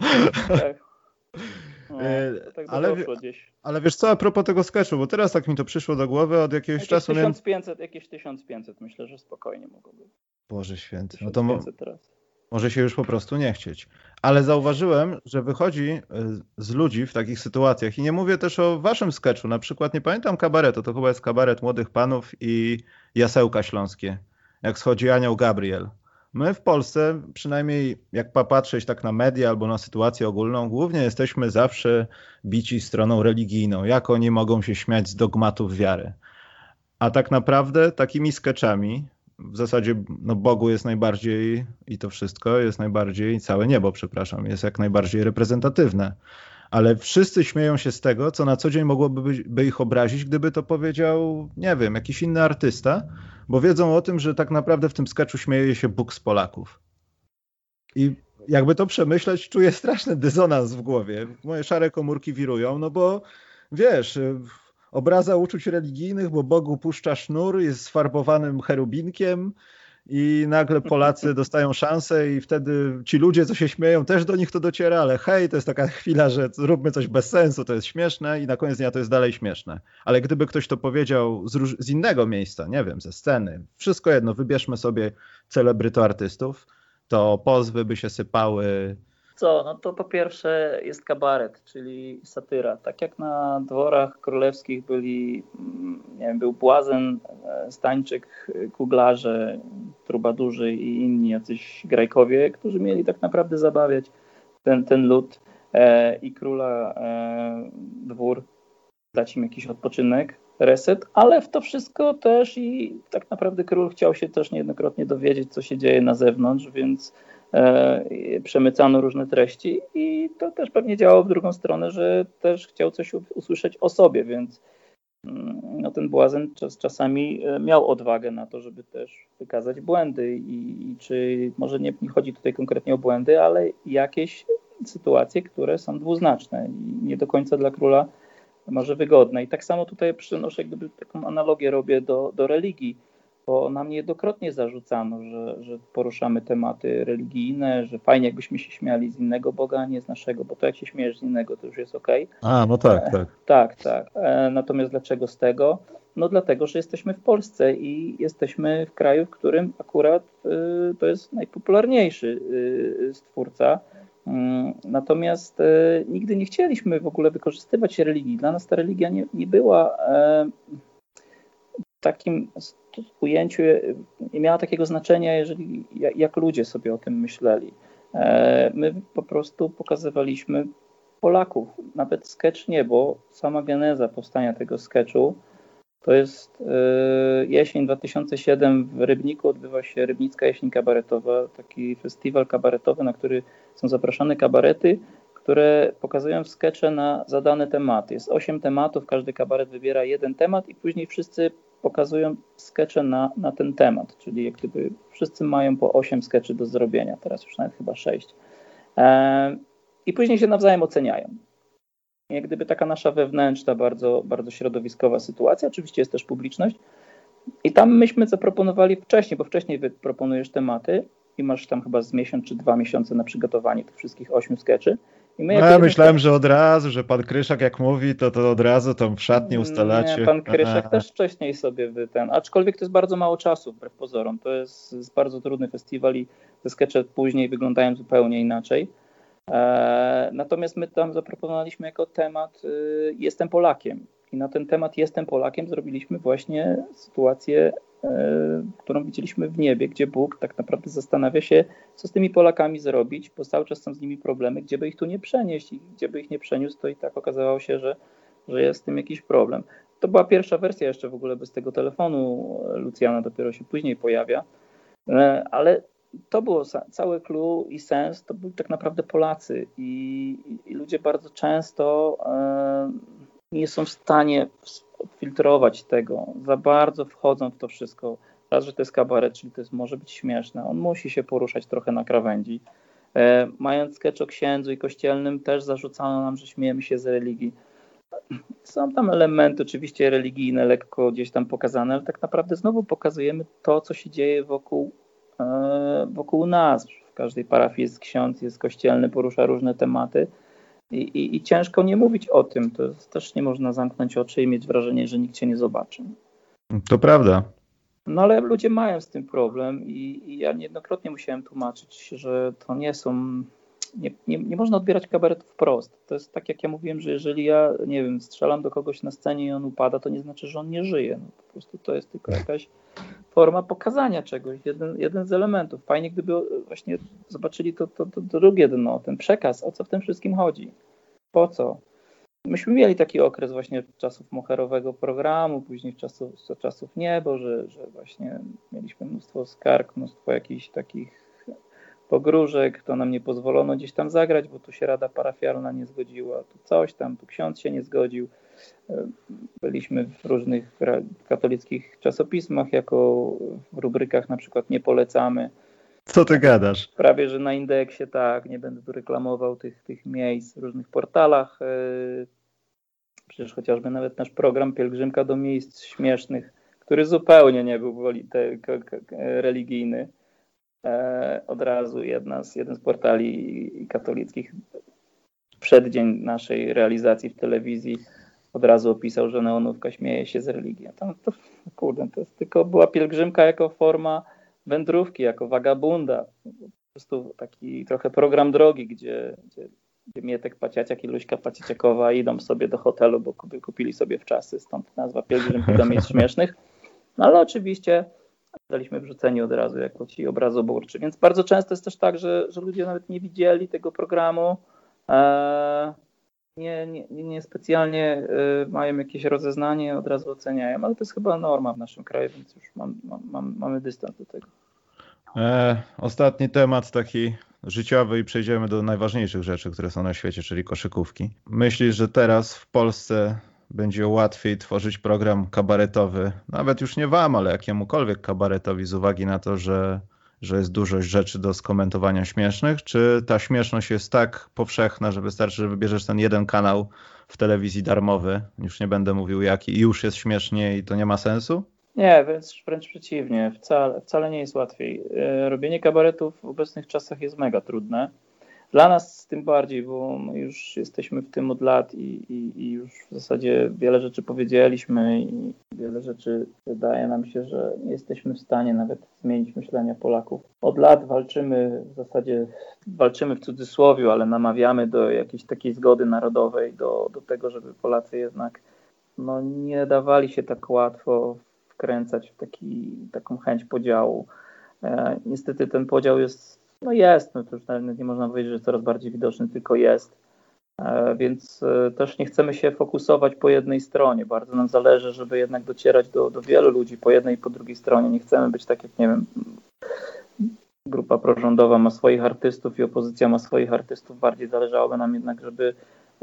[SPEAKER 2] No, tak
[SPEAKER 1] ale wiesz co, a propos tego sketchu, bo teraz tak mi to przyszło do głowy od jakiegoś czasu.
[SPEAKER 2] 1500 myślę, że spokojnie mogłoby.
[SPEAKER 1] Boże święty.
[SPEAKER 2] No to
[SPEAKER 1] może się już po prostu nie chcieć. Ale zauważyłem, że wychodzi z ludzi w takich sytuacjach i nie mówię też o waszym sketchu, na przykład nie pamiętam kabaretu, to chyba jest kabaret Młodych Panów i Jasełka Śląskie, jak schodzi Anioł Gabriel. My w Polsce, przynajmniej jak popatrzeć tak na media albo na sytuację ogólną, głównie jesteśmy zawsze bici stroną religijną, jak oni mogą się śmiać z dogmatów wiary. A tak naprawdę takimi skeczami, w zasadzie Bogu jest najbardziej, i to wszystko jest najbardziej, całe niebo, przepraszam, jest jak najbardziej reprezentatywne. Ale wszyscy śmieją się z tego, co na co dzień mogłoby ich obrazić, gdyby to powiedział, nie wiem, jakiś inny artysta, bo wiedzą o tym, że tak naprawdę w tym sketchu śmieje się Bóg z Polaków. I jakby to przemyśleć, czuję straszny dysonans w głowie. Moje szare komórki wirują, no bo wiesz, obraza uczuć religijnych, bo Bogu puszcza sznur, jest sfarbowanym cherubinkiem i nagle Polacy dostają szansę i wtedy ci ludzie, co się śmieją, też do nich to dociera, ale hej, to jest taka chwila, że róbmy coś bez sensu, to jest śmieszne i na koniec dnia to jest dalej śmieszne. Ale gdyby ktoś to powiedział z innego miejsca, nie wiem, ze sceny, wszystko jedno, wybierzmy sobie celebryto-artystów, to pozwy by się sypały.
[SPEAKER 2] Co? No to po pierwsze jest kabaret, czyli satyra. Tak jak na dworach królewskich byli, nie wiem, był Błazen, Stańczyk, kuglarze, trubadurzy i inni jacyś grajkowie, którzy mieli tak naprawdę zabawiać ten lud i króla dwór, dać im jakiś odpoczynek, reset, ale w to wszystko też i tak naprawdę król chciał się też niejednokrotnie dowiedzieć, co się dzieje na zewnątrz, więc przemycano różne treści i to też pewnie działało w drugą stronę, że też chciał coś usłyszeć o sobie, więc no, ten Błazen czasami miał odwagę na to, żeby też wykazać błędy i czy może nie chodzi tutaj konkretnie o błędy, ale jakieś sytuacje, które są dwuznaczne i nie do końca dla króla może wygodne. I tak samo tutaj przynoszę, gdyby taką analogię robię do religii, bo nam niejednokrotnie zarzucano, że poruszamy tematy religijne, że fajnie jakbyśmy się śmiali z innego Boga, a nie z naszego, bo to jak się śmiejesz z innego, to już jest okej.
[SPEAKER 1] A, no tak.
[SPEAKER 2] Tak. Natomiast dlaczego z tego? No dlatego, że jesteśmy w Polsce i jesteśmy w kraju, w którym akurat to jest najpopularniejszy stwórca. Natomiast nigdy nie chcieliśmy w ogóle wykorzystywać religii. Dla nas ta religia nie była w takim ujęciu, nie miała takiego znaczenia, jak ludzie sobie o tym myśleli. My po prostu pokazywaliśmy Polaków. Nawet sketch nie, bo sama geneza powstania tego sketchu to jest jesień 2007 w Rybniku odbywa się Rybnicka Jesień Kabaretowa, taki festiwal kabaretowy, na który są zapraszane kabarety, które pokazują skecze na zadane tematy. Jest 8 tematów, każdy kabaret wybiera jeden temat i później wszyscy pokazują skecze na ten temat, czyli jak gdyby wszyscy mają po 8 skeczy do zrobienia, teraz już nawet chyba 6. I później się nawzajem oceniają. Jak gdyby taka nasza wewnętrzna, bardzo, bardzo środowiskowa sytuacja. Oczywiście jest też publiczność. I tam myśmy zaproponowali wcześniej, bo wcześniej proponujesz tematy i masz tam chyba z miesiąc czy 2 miesiące na przygotowanie tych wszystkich 8 skeczy. I
[SPEAKER 1] No, ja myślałem, że od razu, że pan Kryszak jak mówi, to od razu tam w szatni ustalacie.
[SPEAKER 2] Nie, pan Kryszak też wcześniej sobie aczkolwiek to jest bardzo mało czasu, wbrew pozorom. To jest bardzo trudny festiwal i te skecze później wyglądają zupełnie inaczej. Natomiast my tam zaproponowaliśmy jako temat Jestem Polakiem. I na ten temat Jestem Polakiem zrobiliśmy właśnie sytuację, którą widzieliśmy w niebie, gdzie Bóg tak naprawdę zastanawia się, co z tymi Polakami zrobić, bo cały czas są z nimi problemy, gdzie by ich tu nie przenieść i gdzie by ich nie przeniósł, to i tak okazało się, że jest z tym jakiś problem. To była pierwsza wersja jeszcze w ogóle bez tego telefonu, Lucjana dopiero się później pojawia, ale to było cały clue i sens, to byli tak naprawdę Polacy i ludzie bardzo często nie są w stanie filtrować tego, za bardzo wchodzą w to wszystko. Raz, że to jest kabaret, czyli to może być śmieszne, on musi się poruszać trochę na krawędzi. Mając sketch o księdzu i kościelnym też zarzucano nam, że śmiejemy się z religii. Są tam elementy oczywiście religijne, lekko gdzieś tam pokazane, ale tak naprawdę znowu pokazujemy to, co się dzieje wokół nas. W każdej parafii jest ksiądz, jest kościelny, porusza różne tematy i ciężko nie mówić o tym. To też nie można zamknąć oczy i mieć wrażenie, że nikt cię nie zobaczy.
[SPEAKER 1] To prawda.
[SPEAKER 2] No ale ludzie mają z tym problem i ja niejednokrotnie musiałem tłumaczyć, że to nie są... Nie można odbierać kabaretu wprost. To jest tak, jak ja mówiłem, że jeżeli ja, nie wiem, strzelam do kogoś na scenie i on upada, to nie znaczy, że on nie żyje. No, po prostu to jest tylko jakaś forma pokazania czegoś, jeden z elementów. Fajnie, gdyby właśnie zobaczyli to drugie dno, ten przekaz, o co w tym wszystkim chodzi. Po co? Myśmy mieli taki okres właśnie czasów moherowego programu, później czasów niebo, że właśnie mieliśmy mnóstwo skarg, mnóstwo jakichś takich pogróżek, to nam nie pozwolono gdzieś tam zagrać, bo tu się rada parafialna nie zgodziła, tu coś tam, tu ksiądz się nie zgodził. Byliśmy w różnych katolickich czasopismach, jako w rubrykach na przykład nie polecamy.
[SPEAKER 1] Co ty gadasz?
[SPEAKER 2] Prawie, że na indeksie, tak, nie będę tu reklamował tych miejsc w różnych portalach. Przecież chociażby nawet nasz program Pielgrzymka do miejsc śmiesznych, który zupełnie nie był religijny. Od razu jeden z portali katolickich w przeddzień naszej realizacji w telewizji od razu opisał, że neonówka śmieje się z religii. To jest tylko była pielgrzymka jako forma wędrówki, jako wagabunda. Po prostu taki trochę program drogi, gdzie Mietek Paciaciak i Luśka Paciaciakowa idą sobie do hotelu, bo kupili sobie wczasy, stąd nazwa Pielgrzymki do miejsc śmiesznych. No ale oczywiście daliśmy wrzucenie od razu jako ci obrazoburczy. Więc bardzo często jest też tak, że ludzie nawet nie widzieli tego programu, nie specjalnie mają jakieś rozeznanie, od razu oceniają, ale to jest chyba norma w naszym kraju, więc już mamy dystans do tego.
[SPEAKER 1] Ostatni temat taki życiowy i przejdziemy do najważniejszych rzeczy, które są na świecie, czyli koszykówki. Myślisz, że teraz w Polsce będzie łatwiej tworzyć program kabaretowy, nawet już nie wam, ale jakiemukolwiek kabaretowi z uwagi na to, że jest dużo rzeczy do skomentowania śmiesznych? Czy ta śmieszność jest tak powszechna, że wystarczy, że wybierzesz ten jeden kanał w telewizji darmowy, już nie będę mówił jaki, i już jest śmiesznie i to nie ma sensu?
[SPEAKER 2] Nie, wręcz przeciwnie, wcale nie jest łatwiej. Robienie kabaretu w obecnych czasach jest mega trudne. Dla nas tym bardziej, bo my już jesteśmy w tym od lat i już w zasadzie wiele rzeczy powiedzieliśmy i wiele rzeczy wydaje nam się, że nie jesteśmy w stanie nawet zmienić myślenia Polaków. Od lat walczymy w cudzysłowie, ale namawiamy do jakiejś takiej zgody narodowej, do tego, żeby Polacy jednak nie dawali się tak łatwo wkręcać w taką chęć podziału. Niestety ten podział jest, to już nawet nie można powiedzieć, że jest coraz bardziej widoczny, tylko jest. Więc też nie chcemy się fokusować po jednej stronie. Bardzo nam zależy, żeby jednak docierać do wielu ludzi po jednej i po drugiej stronie. Nie chcemy być tak jak, nie wiem, grupa prorządowa ma swoich artystów i opozycja ma swoich artystów. Bardziej zależałoby nam jednak, żeby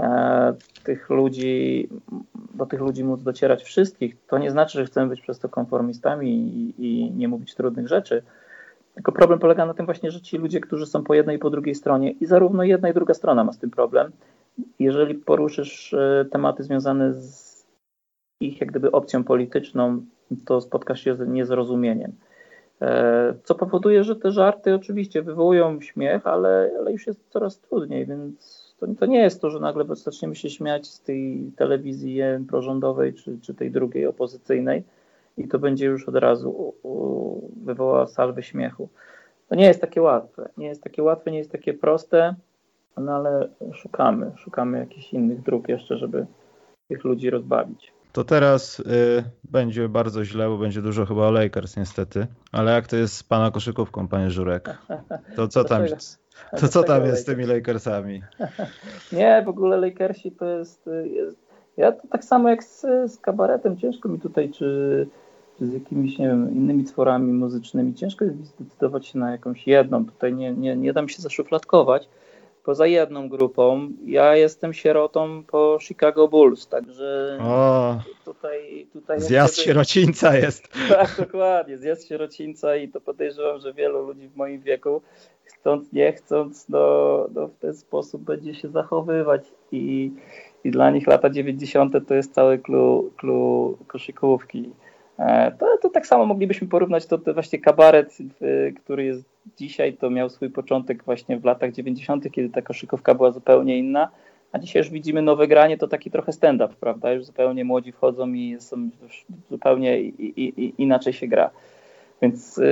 [SPEAKER 2] do tych ludzi móc docierać wszystkich. To nie znaczy, że chcemy być przez to konformistami i nie mówić trudnych rzeczy. Tylko problem polega na tym właśnie, że ci ludzie, którzy są po jednej i po drugiej stronie i zarówno jedna i druga strona ma z tym problem. Jeżeli poruszysz tematy związane z ich jak gdyby opcją polityczną, to spotkasz się z niezrozumieniem. Co powoduje, że te żarty oczywiście wywołują śmiech, ale już jest coraz trudniej, więc To nie jest to, że nagle zaczniemy się śmiać z tej telewizji prorządowej czy tej drugiej opozycyjnej i to będzie już od razu wywołała salwę śmiechu. To nie jest takie łatwe. Nie jest takie łatwe, nie jest takie proste, no ale szukamy jakichś innych dróg jeszcze, żeby tych ludzi rozbawić.
[SPEAKER 1] To teraz będzie bardzo źle, bo będzie dużo chyba o Lakers niestety. Ale jak to jest z pana koszykówką, panie Żurek? To co tam, co tam jest z tymi Lakersami?
[SPEAKER 2] Nie, w ogóle Lakersi to jest... Ja to tak samo jak z kabaretem. Ciężko mi tutaj, czy z jakimiś, nie wiem, innymi tworami muzycznymi. Ciężko jest zdecydować się na jakąś jedną. Tutaj nie dam się zaszufladkować. Poza jedną grupą, ja jestem sierotą po Chicago Bulls, także tutaj
[SPEAKER 1] zjazd sierocińca jest.
[SPEAKER 2] Tak, dokładnie, zjazd sierocińca i to podejrzewam, że wielu ludzi w moim wieku, chcąc nie chcąc, w ten sposób będzie się zachowywać i dla nich lata 90. to jest cały clue koszykówki. To tak samo moglibyśmy porównać to właśnie kabaret, który jest dzisiaj, to miał swój początek właśnie w latach 90., kiedy ta koszykówka była zupełnie inna, a dzisiaj już widzimy nowe granie, to taki trochę stand-up, prawda? Już zupełnie młodzi wchodzą i już zupełnie inaczej się gra. Więc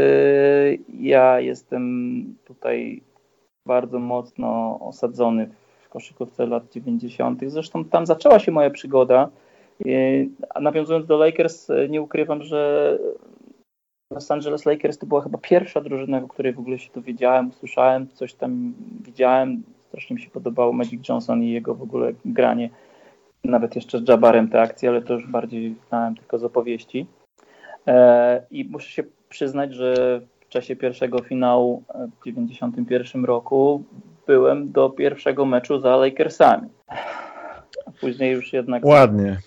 [SPEAKER 2] ja jestem tutaj bardzo mocno osadzony w koszykówce lat 90. Zresztą tam zaczęła się moja przygoda. A nawiązując do Lakers, nie ukrywam, że Los Angeles Lakers to była chyba pierwsza drużyna, o której w ogóle się dowiedziałem, usłyszałem, coś tam widziałem. Strasznie mi się podobało Magic Johnson i jego w ogóle granie. Nawet jeszcze z Jabbarem te akcje, ale to już bardziej znałem tylko z opowieści. I muszę się przyznać, że w czasie pierwszego finału w 91 roku byłem do pierwszego meczu za Lakersami. Później już jednak
[SPEAKER 1] ładnie.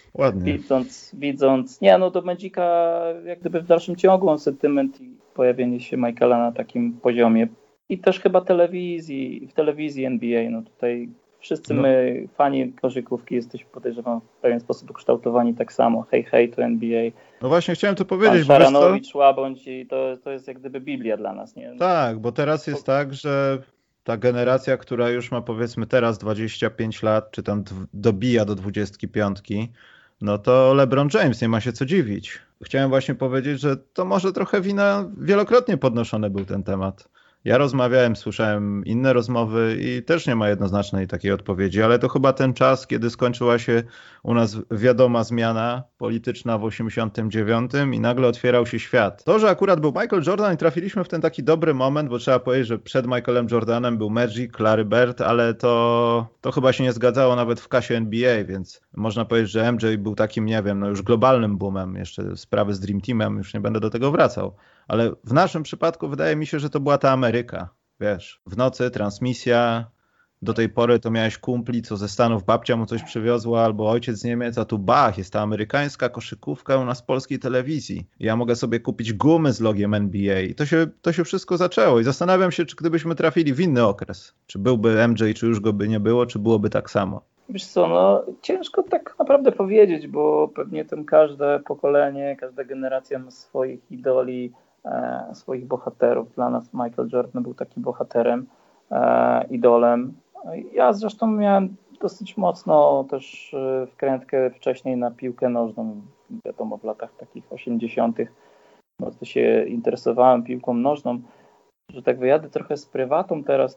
[SPEAKER 2] Widząc, do Magica jak gdyby w dalszym ciągu on sentyment i pojawienie się Michaela na takim poziomie i też chyba w telewizji NBA, tutaj wszyscy my, fani koszykówki, jesteśmy, podejrzewam, w pewien sposób ukształtowani tak samo. Hej, to NBA.
[SPEAKER 1] No właśnie chciałem to powiedzieć,
[SPEAKER 2] bo Szaranowicz, Łabądź i to jest jak gdyby Biblia dla nas, nie?
[SPEAKER 1] Tak, bo teraz jest tak, że ta generacja, która już ma powiedzmy teraz 25 lat, czy tam dobija do 25, no to LeBron James, nie ma się co dziwić. Chciałem właśnie powiedzieć, że to może trochę wielokrotnie podnoszony był ten temat. Ja rozmawiałem, słyszałem inne rozmowy i też nie ma jednoznacznej takiej odpowiedzi, ale to chyba ten czas, kiedy skończyła się u nas wiadoma zmiana polityczna w 89 i nagle otwierał się świat. To, że akurat był Michael Jordan i trafiliśmy w ten taki dobry moment, bo trzeba powiedzieć, że przed Michaelem Jordanem był Magic, Larry Bird, ale to chyba się nie zgadzało nawet w kasie NBA, więc można powiedzieć, że MJ był takim, nie wiem, już globalnym boomem, jeszcze sprawy z Dream Teamem, już nie będę do tego wracał. Ale w naszym przypadku wydaje mi się, że to była ta Ameryka, wiesz, w nocy transmisja, do tej pory to miałeś kumpli, co ze Stanów babcia mu coś przywiozła, albo ojciec z Niemiec, a tu jest ta amerykańska koszykówka u nas w polskiej telewizji. Ja mogę sobie kupić gumy z logiem NBA i to się wszystko zaczęło i zastanawiam się, czy gdybyśmy trafili w inny okres, czy byłby MJ, czy już go by nie było, czy byłoby tak samo.
[SPEAKER 2] Wiesz co, ciężko tak naprawdę powiedzieć, bo pewnie każde pokolenie, każda generacja ma swoich idoli, swoich bohaterów. Dla nas Michael Jordan był takim bohaterem, idolem. Ja zresztą miałem dosyć mocno też wkrętkę wcześniej na piłkę nożną, wiadomo, w latach takich 80. Bardzo się interesowałem piłką nożną, że tak wyjadę trochę z prywatą teraz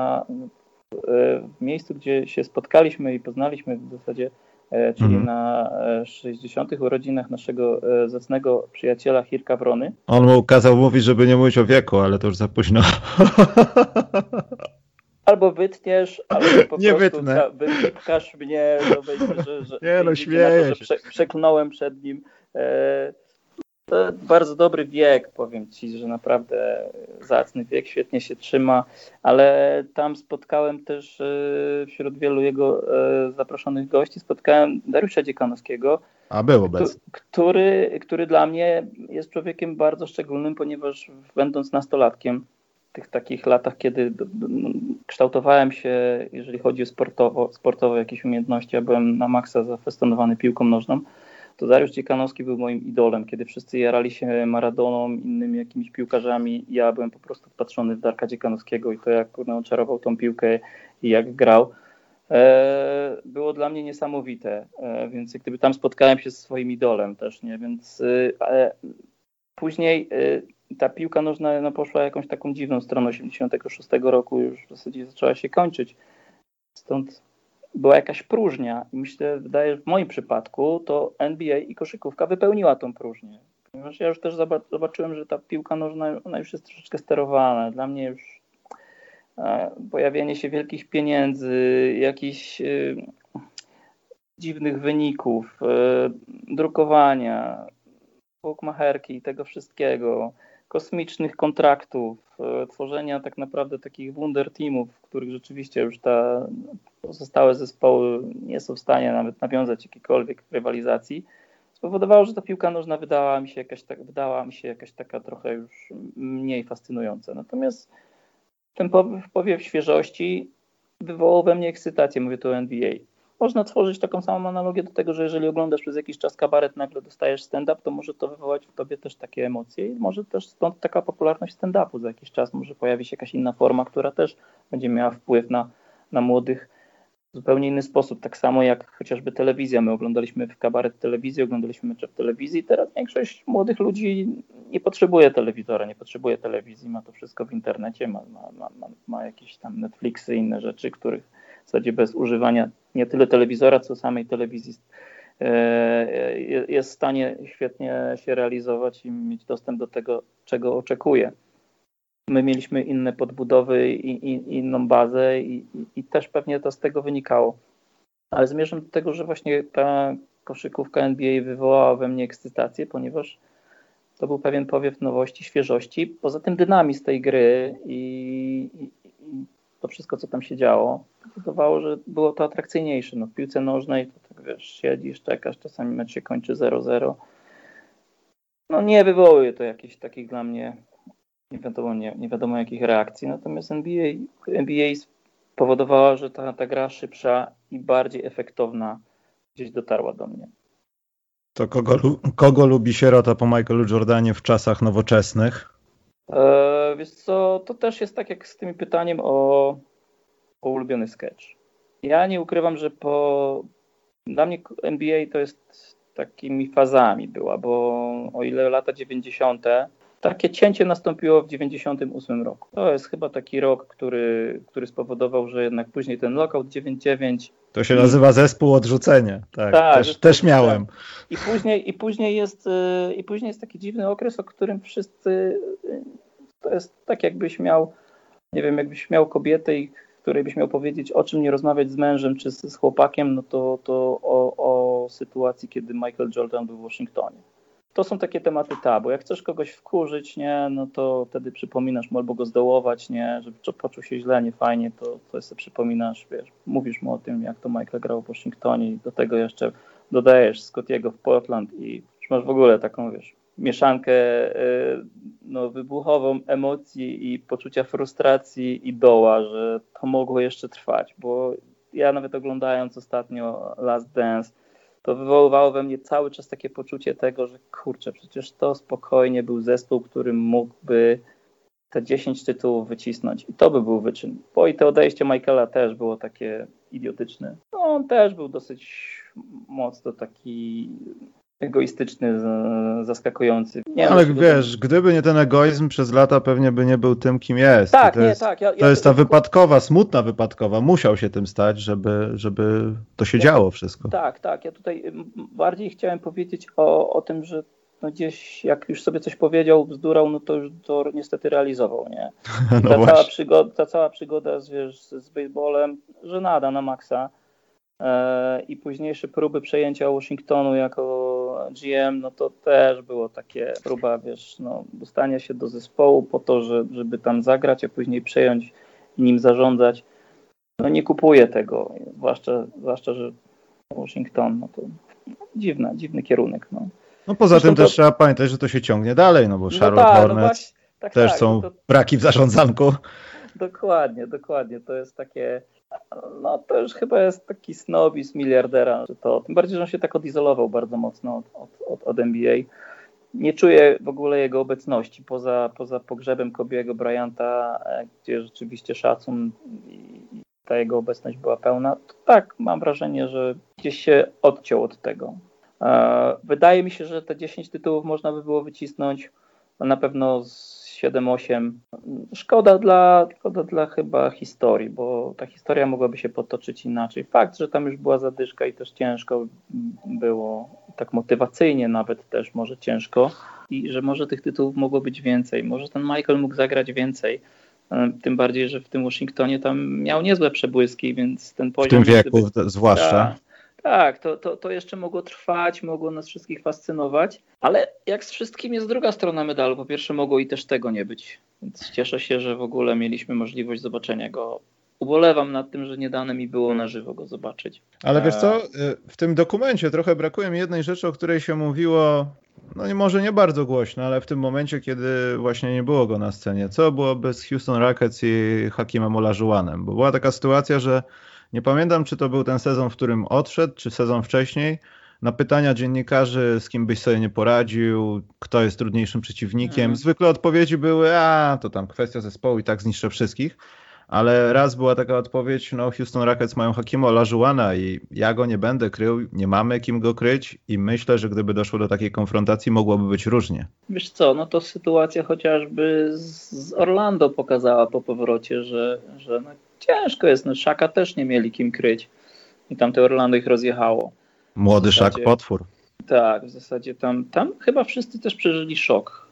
[SPEAKER 2] w miejscu, gdzie się spotkaliśmy i poznaliśmy w zasadzie, czyli na 60. urodzinach naszego zacnego przyjaciela Hirka Wrony.
[SPEAKER 1] On mu kazał mówić, żeby nie mówić o wieku, ale to już za późno.
[SPEAKER 2] Albo wytniesz, albo po
[SPEAKER 1] nie
[SPEAKER 2] prostu
[SPEAKER 1] wytnę.
[SPEAKER 2] mnie, że
[SPEAKER 1] śmieję się.
[SPEAKER 2] Przeklnąłem przed nim. To bardzo dobry wiek, powiem Ci, że naprawdę zacny wiek, świetnie się trzyma, ale tam spotkałem też wśród wielu jego zaproszonych gości, spotkałem Dariusza Dziekanowskiego, który dla mnie jest człowiekiem bardzo szczególnym, ponieważ będąc nastolatkiem, w tych takich latach, kiedy kształtowałem się, jeżeli chodzi o sportowe jakieś umiejętności, ja byłem na maksa zafascynowany piłką nożną, to Dariusz Dziekanowski był moim idolem. Kiedy wszyscy jarali się Maradoną, innymi jakimiś piłkarzami, ja byłem po prostu wpatrzony w Darka Dziekanowskiego i to jak on czarował tą piłkę i jak grał. było dla mnie niesamowite, więc jak gdyby tam spotkałem się ze swoim idolem też, nie, więc później ta piłka nożna poszła jakąś taką dziwną stroną. 86 roku już w zasadzie zaczęła się kończyć, stąd była jakaś próżnia i myślę, wydaje, że w moim przypadku to NBA i koszykówka wypełniła tą próżnię. Ponieważ ja już też zobaczyłem, że ta piłka nożna, ona już jest troszeczkę sterowana. Dla mnie już pojawienie się wielkich pieniędzy, jakichś dziwnych wyników, drukowania, bukmacherki i tego wszystkiego, kosmicznych kontraktów, tworzenia tak naprawdę takich wonder teamów, w których rzeczywiście już te pozostałe zespoły nie są w stanie nawet nawiązać jakiejkolwiek rywalizacji, spowodowało, że ta piłka nożna wydała mi się jakaś taka trochę już mniej fascynująca. Natomiast ten powiew świeżości wywołał we mnie ekscytację, mówię tu o NBA. Można tworzyć taką samą analogię do tego, że jeżeli oglądasz przez jakiś czas kabaret, nagle dostajesz stand-up, to może to wywołać w tobie też takie emocje i może też stąd taka popularność stand-upu. Za jakiś czas może pojawi się jakaś inna forma, która też będzie miała wpływ na młodych w zupełnie inny sposób. Tak samo jak chociażby telewizja. My oglądaliśmy w kabaret telewizję, oglądaliśmy mecze w telewizji. Teraz większość młodych ludzi nie potrzebuje telewizora, nie potrzebuje telewizji, ma to wszystko w internecie, ma jakieś tam Netflixy i inne rzeczy, których w zasadzie bez używania nie tyle telewizora, co samej telewizji jest w stanie świetnie się realizować i mieć dostęp do tego, czego oczekuje. My mieliśmy inne podbudowy i inną bazę i też pewnie to z tego wynikało. Ale zmierzam do tego, że właśnie ta koszykówka NBA wywołała we mnie ekscytację, ponieważ to był pewien powiew nowości, świeżości. Poza tym dynamizm tej gry i to wszystko, co tam się działo, powodowało, że było to atrakcyjniejsze. No, w piłce nożnej to tak wiesz, siedzisz, czekasz, czasami mecz się kończy 0-0. No nie wywołuje to jakichś takich dla mnie nie wiadomo jakich reakcji. Natomiast NBA spowodowała, że ta gra szybsza i bardziej efektowna gdzieś dotarła do mnie.
[SPEAKER 1] To kogo lubi sierota po Michaelu Jordanie w czasach nowoczesnych?
[SPEAKER 2] Wiesz co, to też jest tak jak z tym pytaniem o ulubiony sketch. Ja nie ukrywam, że dla mnie NBA to jest takimi fazami była, bo o ile lata 90. takie cięcie nastąpiło w 98 roku. To jest chyba taki rok, który spowodował, że jednak później ten lockout 99.
[SPEAKER 1] To się nazywa zespół odrzucenie. Tak, też miałem.
[SPEAKER 2] I później jest taki dziwny okres, o którym wszyscy, to jest tak jakbyś miał, nie wiem, jakbyś miał kobietę, której byś miał powiedzieć, o czym nie rozmawiać z mężem czy z chłopakiem, no to o sytuacji, kiedy Michael Jordan był w Waszyngtonie. To są takie tematy tabu. Jak chcesz kogoś wkurzyć, nie, no to wtedy przypominasz mu albo go zdołować, nie, żeby poczuł się źle, nie fajnie, to sobie przypominasz, wiesz, mówisz mu o tym, jak to Michael grał w Waszyngtonie i do tego jeszcze dodajesz Scottiego w Portland i już masz w ogóle taką, wiesz, mieszankę wybuchową emocji i poczucia frustracji i doła, że to mogło jeszcze trwać, bo ja nawet oglądając ostatnio Last Dance, to wywoływało we mnie cały czas takie poczucie tego, że kurczę, przecież to spokojnie był zespół, który mógłby te 10 tytułów wycisnąć i to by był wyczyn. Bo i to odejście Michaela też było takie idiotyczne. No, on też był dosyć mocno taki egoistyczny, zaskakujący.
[SPEAKER 1] Ale wiesz, gdyby nie ten egoizm przez lata, pewnie by nie był tym, kim jest.
[SPEAKER 2] Tak,
[SPEAKER 1] to jest ta wypadkowa, smutna wypadkowa. Musiał się tym stać, żeby to się działo wszystko.
[SPEAKER 2] Tak. Ja tutaj bardziej chciałem powiedzieć o tym, że no gdzieś jak już sobie coś powiedział, bzdurał, no to już to niestety realizował, nie? Ta cała przygoda z baseballem, żenada na maksa. I późniejsze próby przejęcia Waszyngtonu jako GM, no to też było takie próba, wiesz, no, dostania się do zespołu po to, żeby tam zagrać, a później przejąć i nim zarządzać. No nie kupuję tego, zwłaszcza że Waszyngton, no to dziwny kierunek.
[SPEAKER 1] No poza tym też trzeba pamiętać, że to się ciągnie dalej, no bo Charlotte Hornets też są braki w zarządzanku.
[SPEAKER 2] Dokładnie. To jest takie, no to już chyba jest taki snobizm miliardera, że to, tym bardziej, że on się tak odizolował bardzo mocno od NBA. Nie czuję w ogóle jego obecności poza pogrzebem Kobiego Bryanta, gdzie rzeczywiście szacun i ta jego obecność była pełna, to tak, mam wrażenie, że gdzieś się odciął od tego. Wydaje mi się, że te 10 tytułów można by było wycisnąć na pewno z 7-8. Szkoda dla chyba historii, bo ta historia mogłaby się potoczyć inaczej. Fakt, że tam już była zadyszka i też ciężko było, tak motywacyjnie nawet też może ciężko i że może tych tytułów mogło być więcej. Może ten Michael mógł zagrać więcej. Tym bardziej, że w tym Washingtonie tam miał niezłe przebłyski, więc ten poziom...
[SPEAKER 1] W tym wieku zwłaszcza.
[SPEAKER 2] Tak, to jeszcze mogło trwać, mogło nas wszystkich fascynować, ale jak z wszystkim jest druga strona medalu. Po pierwsze mogło i też tego nie być, więc cieszę się, że w ogóle mieliśmy możliwość zobaczenia go. Ubolewam nad tym, że nie dane mi było na żywo go zobaczyć.
[SPEAKER 1] Ale wiesz co, w tym dokumencie trochę brakuje mi jednej rzeczy, o której się mówiło, no może nie bardzo głośno, ale w tym momencie, kiedy właśnie nie było go na scenie. Co byłoby z Houston Rockets i Hakimem Olajuwonem? Bo była taka sytuacja, że nie pamiętam, czy to był ten sezon, w którym odszedł, czy sezon wcześniej. Na pytania dziennikarzy, z kim byś sobie nie poradził, kto jest trudniejszym przeciwnikiem, zwykle odpowiedzi były, to tam kwestia zespołu i tak zniszczę wszystkich. Ale raz była taka odpowiedź, Houston Rockets mają Hakima Olajuwona i ja go nie będę krył, nie mamy kim go kryć i myślę, że gdyby doszło do takiej konfrontacji, mogłoby być różnie.
[SPEAKER 2] Wiesz co, to sytuacja chociażby z Orlando pokazała po powrocie, że ciężko jest, Shaka też nie mieli kim kryć i tam te Orlando ich rozjechało.
[SPEAKER 1] Młody Shaq potwór.
[SPEAKER 2] Tak, w zasadzie tam chyba wszyscy też przeżyli szok.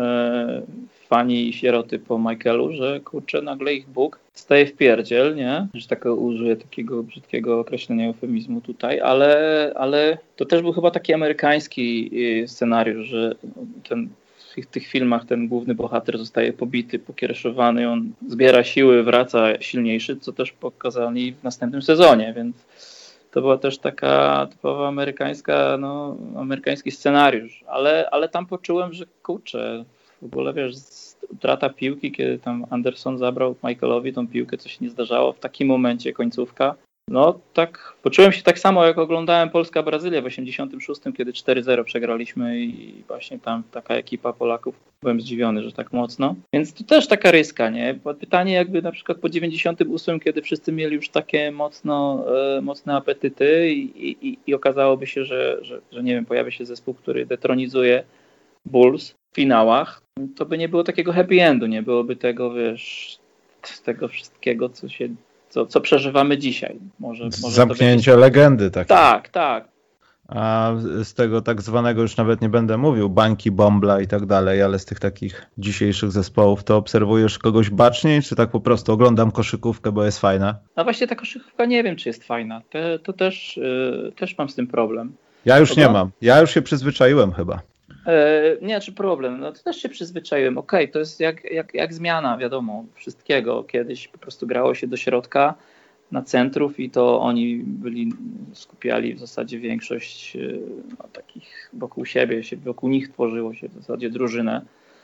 [SPEAKER 2] Fani i sieroty po Michaelu, że kurczę, nagle ich Bóg staje w pierdziel, nie? Że tak użyję takiego brzydkiego określenia eufemizmu tutaj, ale to też był chyba taki amerykański scenariusz, że w tych filmach ten główny bohater zostaje pobity, pokiereszowany, on zbiera siły, wraca silniejszy, co też pokazali w następnym sezonie, więc to była też taka typowa amerykański scenariusz, ale tam poczułem, że kurczę, w ogóle wiesz, utrata piłki, kiedy tam Anderson zabrał Michaelowi tą piłkę, co się nie zdarzało w takim momencie, końcówka. Tak, poczułem się tak samo, jak oglądałem Polska-Brazylia w 86, kiedy 4-0 przegraliśmy i właśnie tam taka ekipa Polaków, byłem zdziwiony, że tak mocno. Więc to też taka ryska, nie? Pytanie jakby na przykład po 98, kiedy wszyscy mieli już takie mocne apetyty i okazałoby się, że nie wiem, pojawia się zespół, który detronizuje Bulls w finałach, to by nie było takiego happy endu, nie byłoby tego, wiesz, tego wszystkiego, co przeżywamy dzisiaj. Może
[SPEAKER 1] zamknięcie legendy takie.
[SPEAKER 2] Tak.
[SPEAKER 1] A z tego tak zwanego, już nawet nie będę mówił, bańki, Bombla i tak dalej, ale z tych takich dzisiejszych zespołów, to obserwujesz kogoś baczniej, czy tak po prostu oglądam koszykówkę, bo jest fajna?
[SPEAKER 2] No właśnie ta koszykówka nie wiem, czy jest fajna. To też mam z tym problem.
[SPEAKER 1] Ja już nie mam. Ja już się przyzwyczaiłem chyba.
[SPEAKER 2] Nie, czy problem? To też się przyzwyczaiłem. Okej, to jest jak zmiana, wiadomo, wszystkiego. Kiedyś po prostu grało się do środka na centrów i to oni skupiali w zasadzie większość takich wokół siebie, wokół nich tworzyło się w zasadzie drużynę.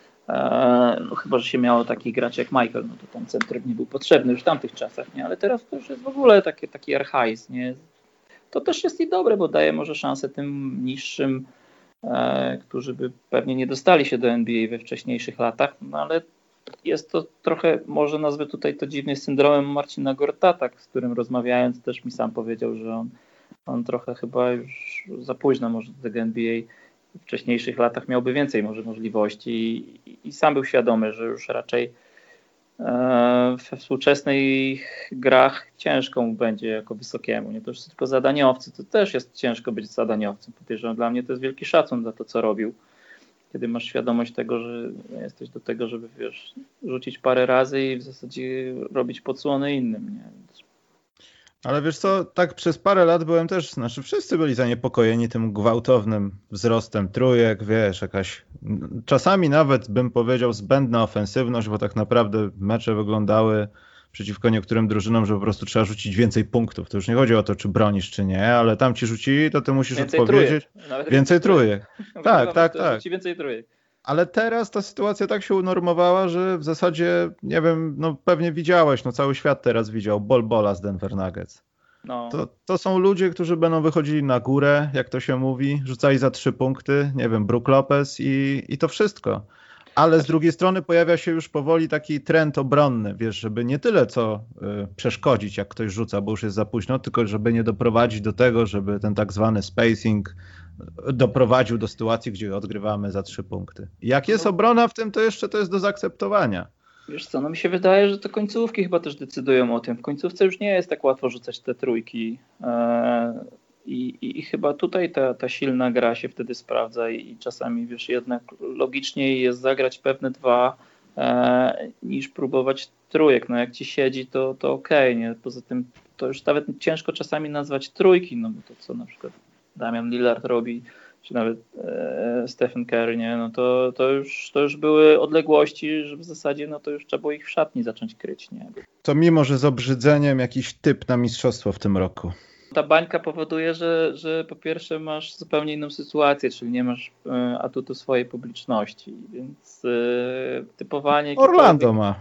[SPEAKER 2] Chyba że się miało takich graczy jak Michael, to tam centrum nie był potrzebny już w tamtych czasach, nie? Ale teraz to już jest w ogóle taki archaizm, nie? To też jest i dobre, bo daje może szansę tym niższym, którzy by pewnie nie dostali się do NBA we wcześniejszych latach, ale jest to trochę, może nazwę tutaj to dziwnie syndromem Marcina Gortata, z którym rozmawiając też mi sam powiedział, że on trochę chyba już za późno może do tego NBA w wcześniejszych latach miałby więcej może możliwości i sam był świadomy, że już raczej we współczesnych grach ciężko mu będzie jako wysokiemu. Nie to już tylko zadaniowcy. To też jest ciężko być zadaniowcem. Podejrzewam, dla mnie to jest wielki szacun za to, co robił. Kiedy masz świadomość tego, że jesteś do tego, żeby rzucić parę razy i w zasadzie robić podsłony innym. Nie?
[SPEAKER 1] Ale wiesz co, tak przez parę lat byłem też, wszyscy byli zaniepokojeni tym gwałtownym wzrostem trójek, wiesz, jakaś czasami nawet bym powiedział zbędna ofensywność, bo tak naprawdę mecze wyglądały przeciwko niektórym drużynom, że po prostu trzeba rzucić więcej punktów. To już nie chodzi o to, czy bronisz, czy nie, ale tam ci rzucili, to ty musisz
[SPEAKER 2] więcej
[SPEAKER 1] odpowiedzieć. Więcej trójek. Tak.
[SPEAKER 2] Rzuci więcej trójek.
[SPEAKER 1] Ale teraz ta sytuacja tak się unormowała, że w zasadzie, nie wiem, pewnie widziałeś, cały świat teraz widział Bola z Denver Nuggets.
[SPEAKER 2] No.
[SPEAKER 1] To są ludzie, którzy będą wychodzili na górę, jak to się mówi, rzucali za 3 punkty, nie wiem, Brook Lopez i to wszystko. Ale z drugiej strony pojawia się już powoli taki trend obronny, wiesz, żeby nie tyle co przeszkodzić, jak ktoś rzuca, bo już jest za późno, tylko żeby nie doprowadzić do tego, żeby ten tak zwany spacing doprowadził do sytuacji, gdzie odgrywamy za 3 punkty. Jak jest obrona w tym, to jeszcze to jest do zaakceptowania.
[SPEAKER 2] Wiesz co, no mi się wydaje, że te końcówki chyba też decydują o tym. W końcówce już nie jest tak łatwo rzucać te trójki. I chyba tutaj ta silna gra się wtedy sprawdza i czasami, wiesz, jednak logiczniej jest zagrać pewne 2 niż próbować trójek. No jak ci siedzi, to okej, nie? Poza tym to już nawet ciężko czasami nazwać trójki, no bo to co na przykład Damian Lillard robi, czy nawet Stephen Curry, nie? No to już były odległości, że w zasadzie no to już trzeba było ich w szatni zacząć kryć, nie?
[SPEAKER 1] To mimo, że z obrzydzeniem jakiś typ na mistrzostwo w tym roku.
[SPEAKER 2] Ta bańka powoduje, że po pierwsze masz zupełnie inną sytuację, czyli nie masz atutu swojej publiczności, więc typowanie...
[SPEAKER 1] Orlando ma.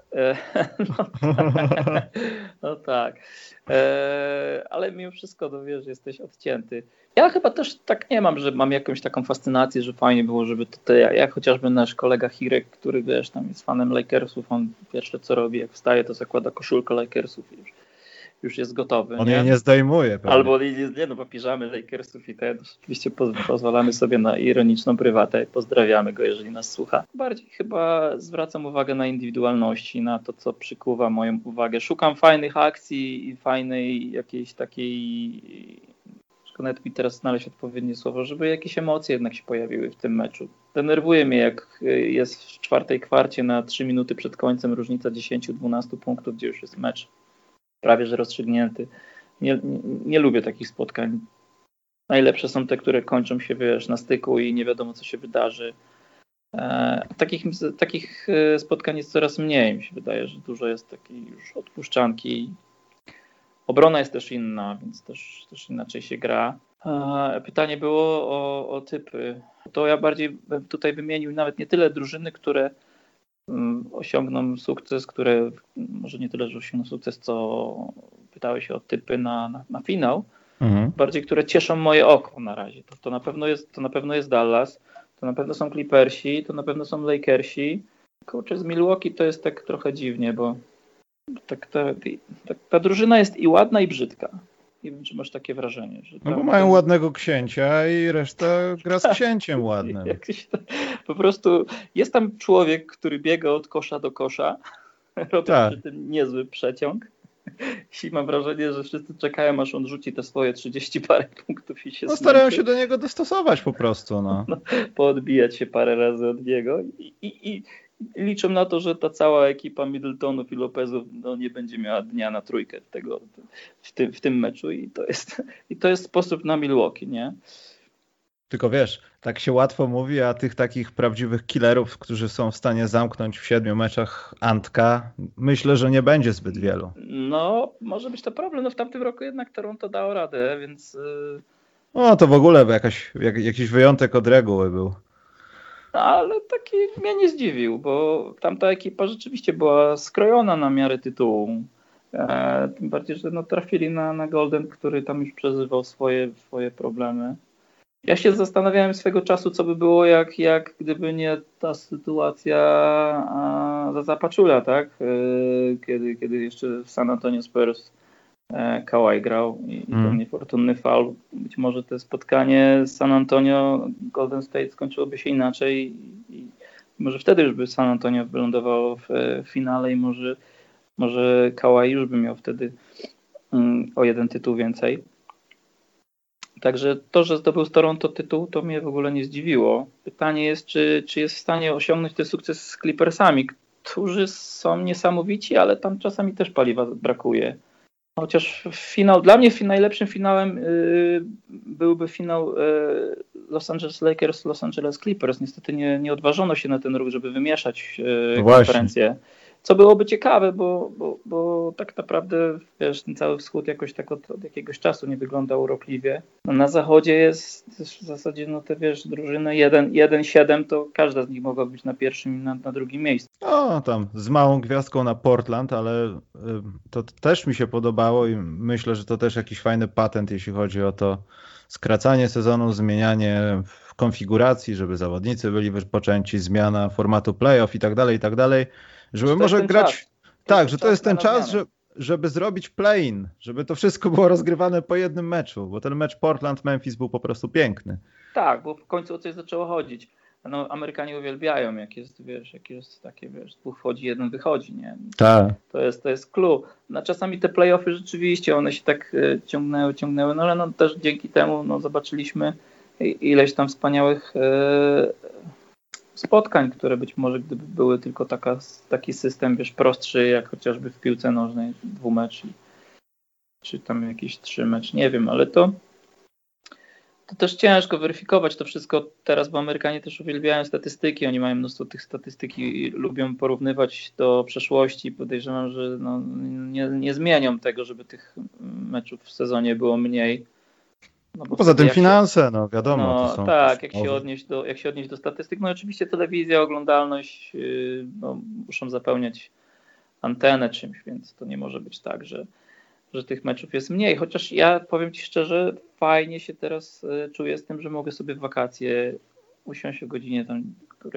[SPEAKER 2] No tak. Ale mimo wszystko, no wiesz, jesteś odcięty. Ja chyba też tak nie mam, że mam jakąś taką fascynację, że fajnie było, żeby tutaj, jak chociażby nasz kolega Hirek, który wiesz, tam jest fanem Lakersów, on pierwsze co robi, jak wstaje, to zakłada koszulkę Lakersów i już jest gotowy.
[SPEAKER 1] On jej nie zdejmuje. Pewnie.
[SPEAKER 2] Albo nie, no bo piżamy Lakersów i oczywiście pozwalamy sobie na ironiczną prywatę. Pozdrawiamy go, jeżeli nas słucha. Bardziej chyba zwracam uwagę na indywidualności, na to, co przykuwa moją uwagę. Szukam fajnych akcji i fajnej jakiejś takiej... Nawet mi teraz znaleźć odpowiednie słowo, żeby jakieś emocje jednak się pojawiły w tym meczu. Denerwuje mnie, jak jest w 4. kwarcie na 3 minuty przed końcem różnica 10-12 punktów, gdzie już jest mecz prawie że rozstrzygnięty. Nie lubię takich spotkań. Najlepsze są te, które kończą się, wiesz, na styku i nie wiadomo, co się wydarzy. Takich spotkań jest coraz mniej. Mi się wydaje, że dużo jest takiej już odpuszczanki. Obrona jest też inna, więc też inaczej się gra. Pytanie było o typy. To ja bardziej bym tutaj wymienił nawet nie tyle drużyny, które osiągną sukces, które może nie tyle, że osiągną sukces, co pytałeś się o typy na finał. Bardziej, które cieszą moje oko na razie. To na pewno jest Dallas, to na pewno są Clippersi, to na pewno są Lakersi. Kurczę, z Milwaukee to jest tak trochę dziwnie, bo ta drużyna jest i ładna, i brzydka. Nie wiem, czy masz takie wrażenie. Że
[SPEAKER 1] no bo mają ładnego księcia i reszta gra z księciem ładnym.
[SPEAKER 2] Po prostu jest tam człowiek, który biega od kosza do kosza, robi przy tym niezły przeciąg i mam wrażenie, że wszyscy czekają, aż on rzuci te swoje 30 parę punktów i się
[SPEAKER 1] starają się do niego dostosować po prostu.
[SPEAKER 2] Poodbijać się parę razy od niego i liczę na to, że ta cała ekipa Middletonów i Lopezów nie będzie miała dnia na trójkę w tym meczu i to jest sposób na Milwaukee, nie?
[SPEAKER 1] Tylko wiesz, tak się łatwo mówi, a tych takich prawdziwych killerów, którzy są w stanie zamknąć w 7 meczach Antka, myślę, że nie będzie zbyt wielu.
[SPEAKER 2] No, może być to problem. W tamtym roku jednak Toronto dało radę, więc...
[SPEAKER 1] No, to w ogóle jakiś wyjątek od reguły był.
[SPEAKER 2] Ale taki mnie nie zdziwił, bo tamta ekipa rzeczywiście była skrojona na miarę tytułu. Tym bardziej, że trafili na Golden, który tam już przeżywał swoje problemy. Ja się zastanawiałem swego czasu, co by było, jak gdyby nie ta sytuacja za Paczula, tak? Kiedy jeszcze w San Antonio Spurs Kawhi grał i ten niefortunny faul. Być może to spotkanie z San Antonio Golden State skończyłoby się inaczej i może wtedy już by San Antonio wylądowało w finale i może Kawhi już by miał wtedy o 1 tytuł więcej. Także to, że zdobył z Toronto tytuł, to mnie w ogóle nie zdziwiło. Pytanie jest, czy jest w stanie osiągnąć ten sukces z Clippersami, którzy są niesamowici, ale tam czasami też paliwa brakuje. Chociaż dla mnie najlepszym finałem byłby finał Los Angeles Lakers, Los Angeles Clippers. Niestety nie odważono się na ten ruch, żeby wymieszać konferencję. Co byłoby ciekawe, bo tak naprawdę wiesz, ten cały wschód jakoś tak od jakiegoś czasu nie wygląda urokliwie. Na zachodzie jest w zasadzie te wiesz, drużyny 1-7, to każda z nich mogła być na pierwszym i na drugim miejscu.
[SPEAKER 1] No tam z małą gwiazdką na Portland, ale to też mi się podobało i myślę, że to też jakiś fajny patent, jeśli chodzi o to skracanie sezonu, zmienianie w konfiguracji, żeby zawodnicy byli wypoczęci, zmiana formatu playoff i tak dalej, żeby może grać... Tak, że to jest ten czas, żeby zrobić play-in, żeby to wszystko było rozgrywane po jednym meczu, bo ten mecz Portland-Memphis był po prostu piękny. Tak,
[SPEAKER 2] bo w końcu o coś zaczęło chodzić. No, Amerykanie uwielbiają, jak jest takie, dwóch wchodzi, jeden wychodzi, nie?
[SPEAKER 1] Tak.
[SPEAKER 2] To jest clue. No, czasami te play-offy rzeczywiście, one się tak ciągnęły, no ale no, też dzięki temu zobaczyliśmy ileś tam wspaniałych spotkań, które być może gdyby były tylko taki system, prostszy, jak chociażby w piłce nożnej, 2 meczy, czy tam jakieś 3 mecze, nie wiem, ale to też ciężko weryfikować to wszystko teraz, bo Amerykanie też uwielbiają statystyki, oni mają mnóstwo tych statystyk i lubią porównywać do przeszłości. Podejrzewam, że nie zmienią tego, żeby tych meczów w sezonie było mniej.
[SPEAKER 1] No poza tym finanse, wiadomo.
[SPEAKER 2] To są tak, jak się odnieść do statystyk, oczywiście telewizja, oglądalność muszą zapełniać antenę czymś, więc to nie może być tak, że tych meczów jest mniej, chociaż ja powiem Ci szczerze, fajnie się teraz czuję z tym, że mogę sobie w wakacje usiąść o godzinie tam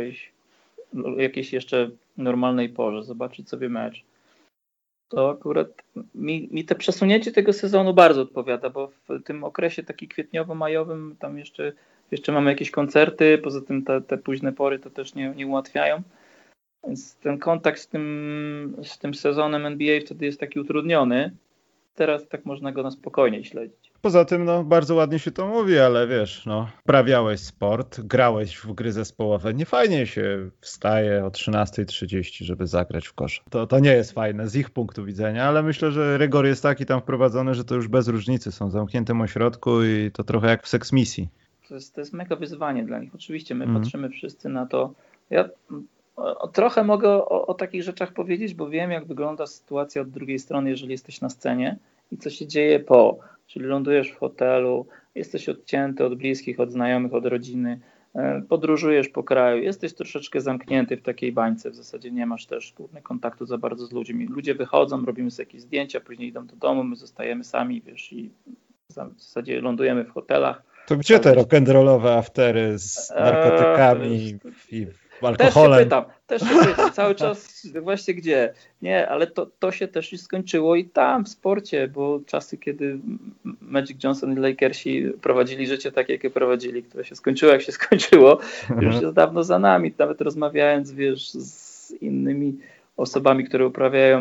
[SPEAKER 2] jakiejś jeszcze normalnej porze, zobaczyć sobie mecz. To akurat mi te przesunięcie tego sezonu bardzo odpowiada, bo w tym okresie taki kwietniowo-majowym tam jeszcze mamy jakieś koncerty, poza tym te późne pory to też nie ułatwiają. Więc ten kontakt z tym sezonem NBA wtedy jest taki utrudniony. Teraz tak można go na spokojnie śledzić.
[SPEAKER 1] Poza tym, bardzo ładnie się to mówi, ale wiesz, uprawiałeś sport, grałeś w gry zespołowe. Nie fajnie się wstaje o 13:30, żeby zagrać w kosz. To nie jest fajne z ich punktu widzenia, ale myślę, że rygor jest taki tam wprowadzony, że to już bez różnicy. Są w zamkniętym ośrodku i to trochę jak w seksmisji.
[SPEAKER 2] To jest mega wyzwanie dla nich. Oczywiście my patrzymy wszyscy na to. Ja trochę mogę o takich rzeczach powiedzieć, bo wiem, jak wygląda sytuacja od drugiej strony, jeżeli jesteś na scenie i co się dzieje po. Czyli lądujesz w hotelu, jesteś odcięty od bliskich, od znajomych, od rodziny, podróżujesz po kraju, jesteś troszeczkę zamknięty w takiej bańce, w zasadzie nie masz też kontaktu za bardzo z ludźmi. Ludzie wychodzą, robimy sobie jakieś zdjęcia, później idą do domu, my zostajemy sami, i w zasadzie lądujemy w hotelach.
[SPEAKER 1] To gdzie te rock'n'rollowe aftery z narkotykami i alkoholem?
[SPEAKER 2] Też się pytam, cały czas właśnie gdzie. Nie, ale to się też już skończyło i tam w sporcie, bo czasy, kiedy Magic Johnson i Lakersi prowadzili życie takie, jakie prowadzili, które się skończyło, jak się skończyło, już jest dawno za nami. Nawet rozmawiając, z innymi osobami, które uprawiają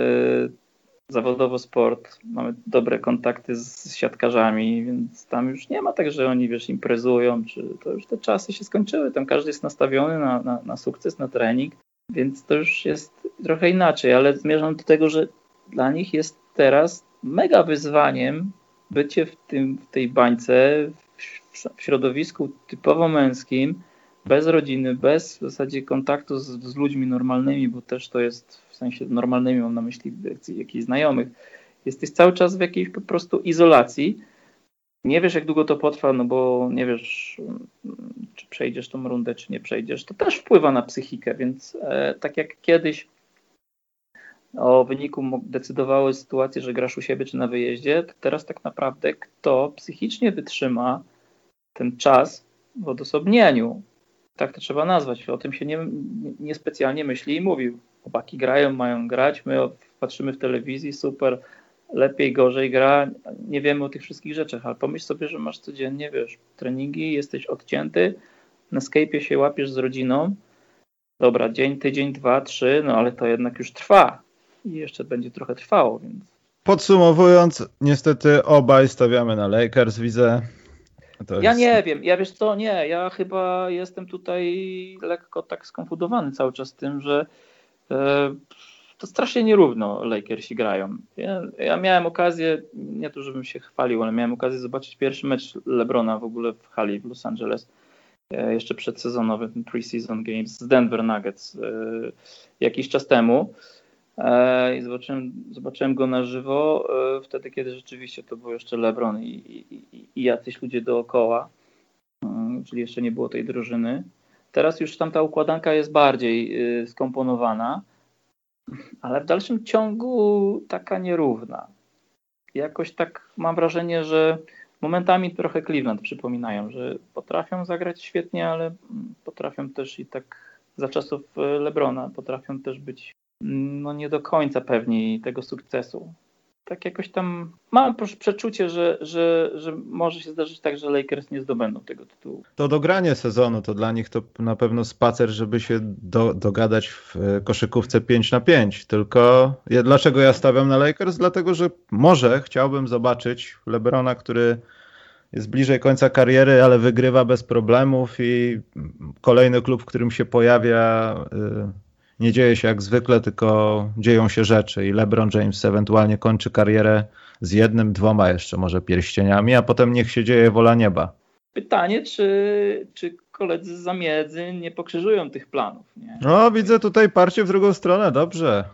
[SPEAKER 2] zawodowo sport, mamy dobre kontakty z siatkarzami, więc tam już nie ma tak, że oni imprezują, czy to już te czasy się skończyły, tam każdy jest nastawiony na sukces, na trening, więc to już jest trochę inaczej, ale zmierzam do tego, że dla nich jest teraz mega wyzwaniem bycie w tej bańce, w środowisku typowo męskim, bez rodziny, bez w zasadzie kontaktu z ludźmi normalnymi, bo też to jest w sensie normalnymi, mam na myśli jakichś znajomych. Jesteś cały czas w jakiejś po prostu izolacji. Nie wiesz, jak długo to potrwa, bo nie wiesz, czy przejdziesz tą rundę, czy nie przejdziesz. To też wpływa na psychikę, więc tak jak kiedyś o wyniku decydowały sytuacje, że grasz u siebie, czy na wyjeździe, to teraz tak naprawdę kto psychicznie wytrzyma ten czas w odosobnieniu, tak to trzeba nazwać. O tym się niespecjalnie myśli i mówi. Chłopaki grają, mają grać, my patrzymy w telewizji, super, lepiej, gorzej gra, nie wiemy o tych wszystkich rzeczach, ale pomyśl sobie, że masz codziennie, treningi, jesteś odcięty, na Skype'ie się łapiesz z rodziną, dobra, dzień, tydzień, 2, 3, ale to jednak już trwa i jeszcze będzie trochę trwało, więc...
[SPEAKER 1] Podsumowując, niestety obaj stawiamy na Lakers, widzę.
[SPEAKER 2] Ja nie wiem, ja chyba jestem tutaj lekko tak skonfundowany cały czas tym, że to strasznie nierówno Lakersi grają. Ja miałem okazję, nie to żebym się chwalił, ale miałem okazję zobaczyć pierwszy mecz LeBrona w ogóle w hali w Los Angeles, jeszcze przedsezonowy, ten pre-season games z Denver Nuggets jakiś czas temu. I zobaczyłem go na żywo wtedy, kiedy rzeczywiście to był jeszcze LeBron i jacyś ludzie dookoła, czyli jeszcze nie było tej drużyny. Teraz już tam ta układanka jest bardziej skomponowana, ale w dalszym ciągu taka nierówna. Jakoś tak mam wrażenie, że momentami trochę Cleveland przypominają, że potrafią zagrać świetnie, ale potrafią też i tak za czasów LeBrona potrafią też być nie do końca pewni tego sukcesu. Tak jakoś tam mam przeczucie, że może się zdarzyć tak, że Lakers nie zdobędą tego tytułu.
[SPEAKER 1] To dogranie sezonu to dla nich to na pewno spacer, żeby się dogadać w koszykówce 5-5. Tylko dlaczego ja stawiam na Lakers? Dlatego, że może chciałbym zobaczyć LeBrona, który jest bliżej końca kariery, ale wygrywa bez problemów i kolejny klub, w którym się pojawia, nie dzieje się jak zwykle, tylko dzieją się rzeczy i LeBron James ewentualnie kończy karierę z 1, 2 jeszcze może pierścieniami, a potem niech się dzieje wola nieba.
[SPEAKER 2] Pytanie, czy koledzy z zamiedzy nie pokrzyżują tych planów? Nie?
[SPEAKER 1] No, widzę tutaj parcie w drugą stronę, dobrze.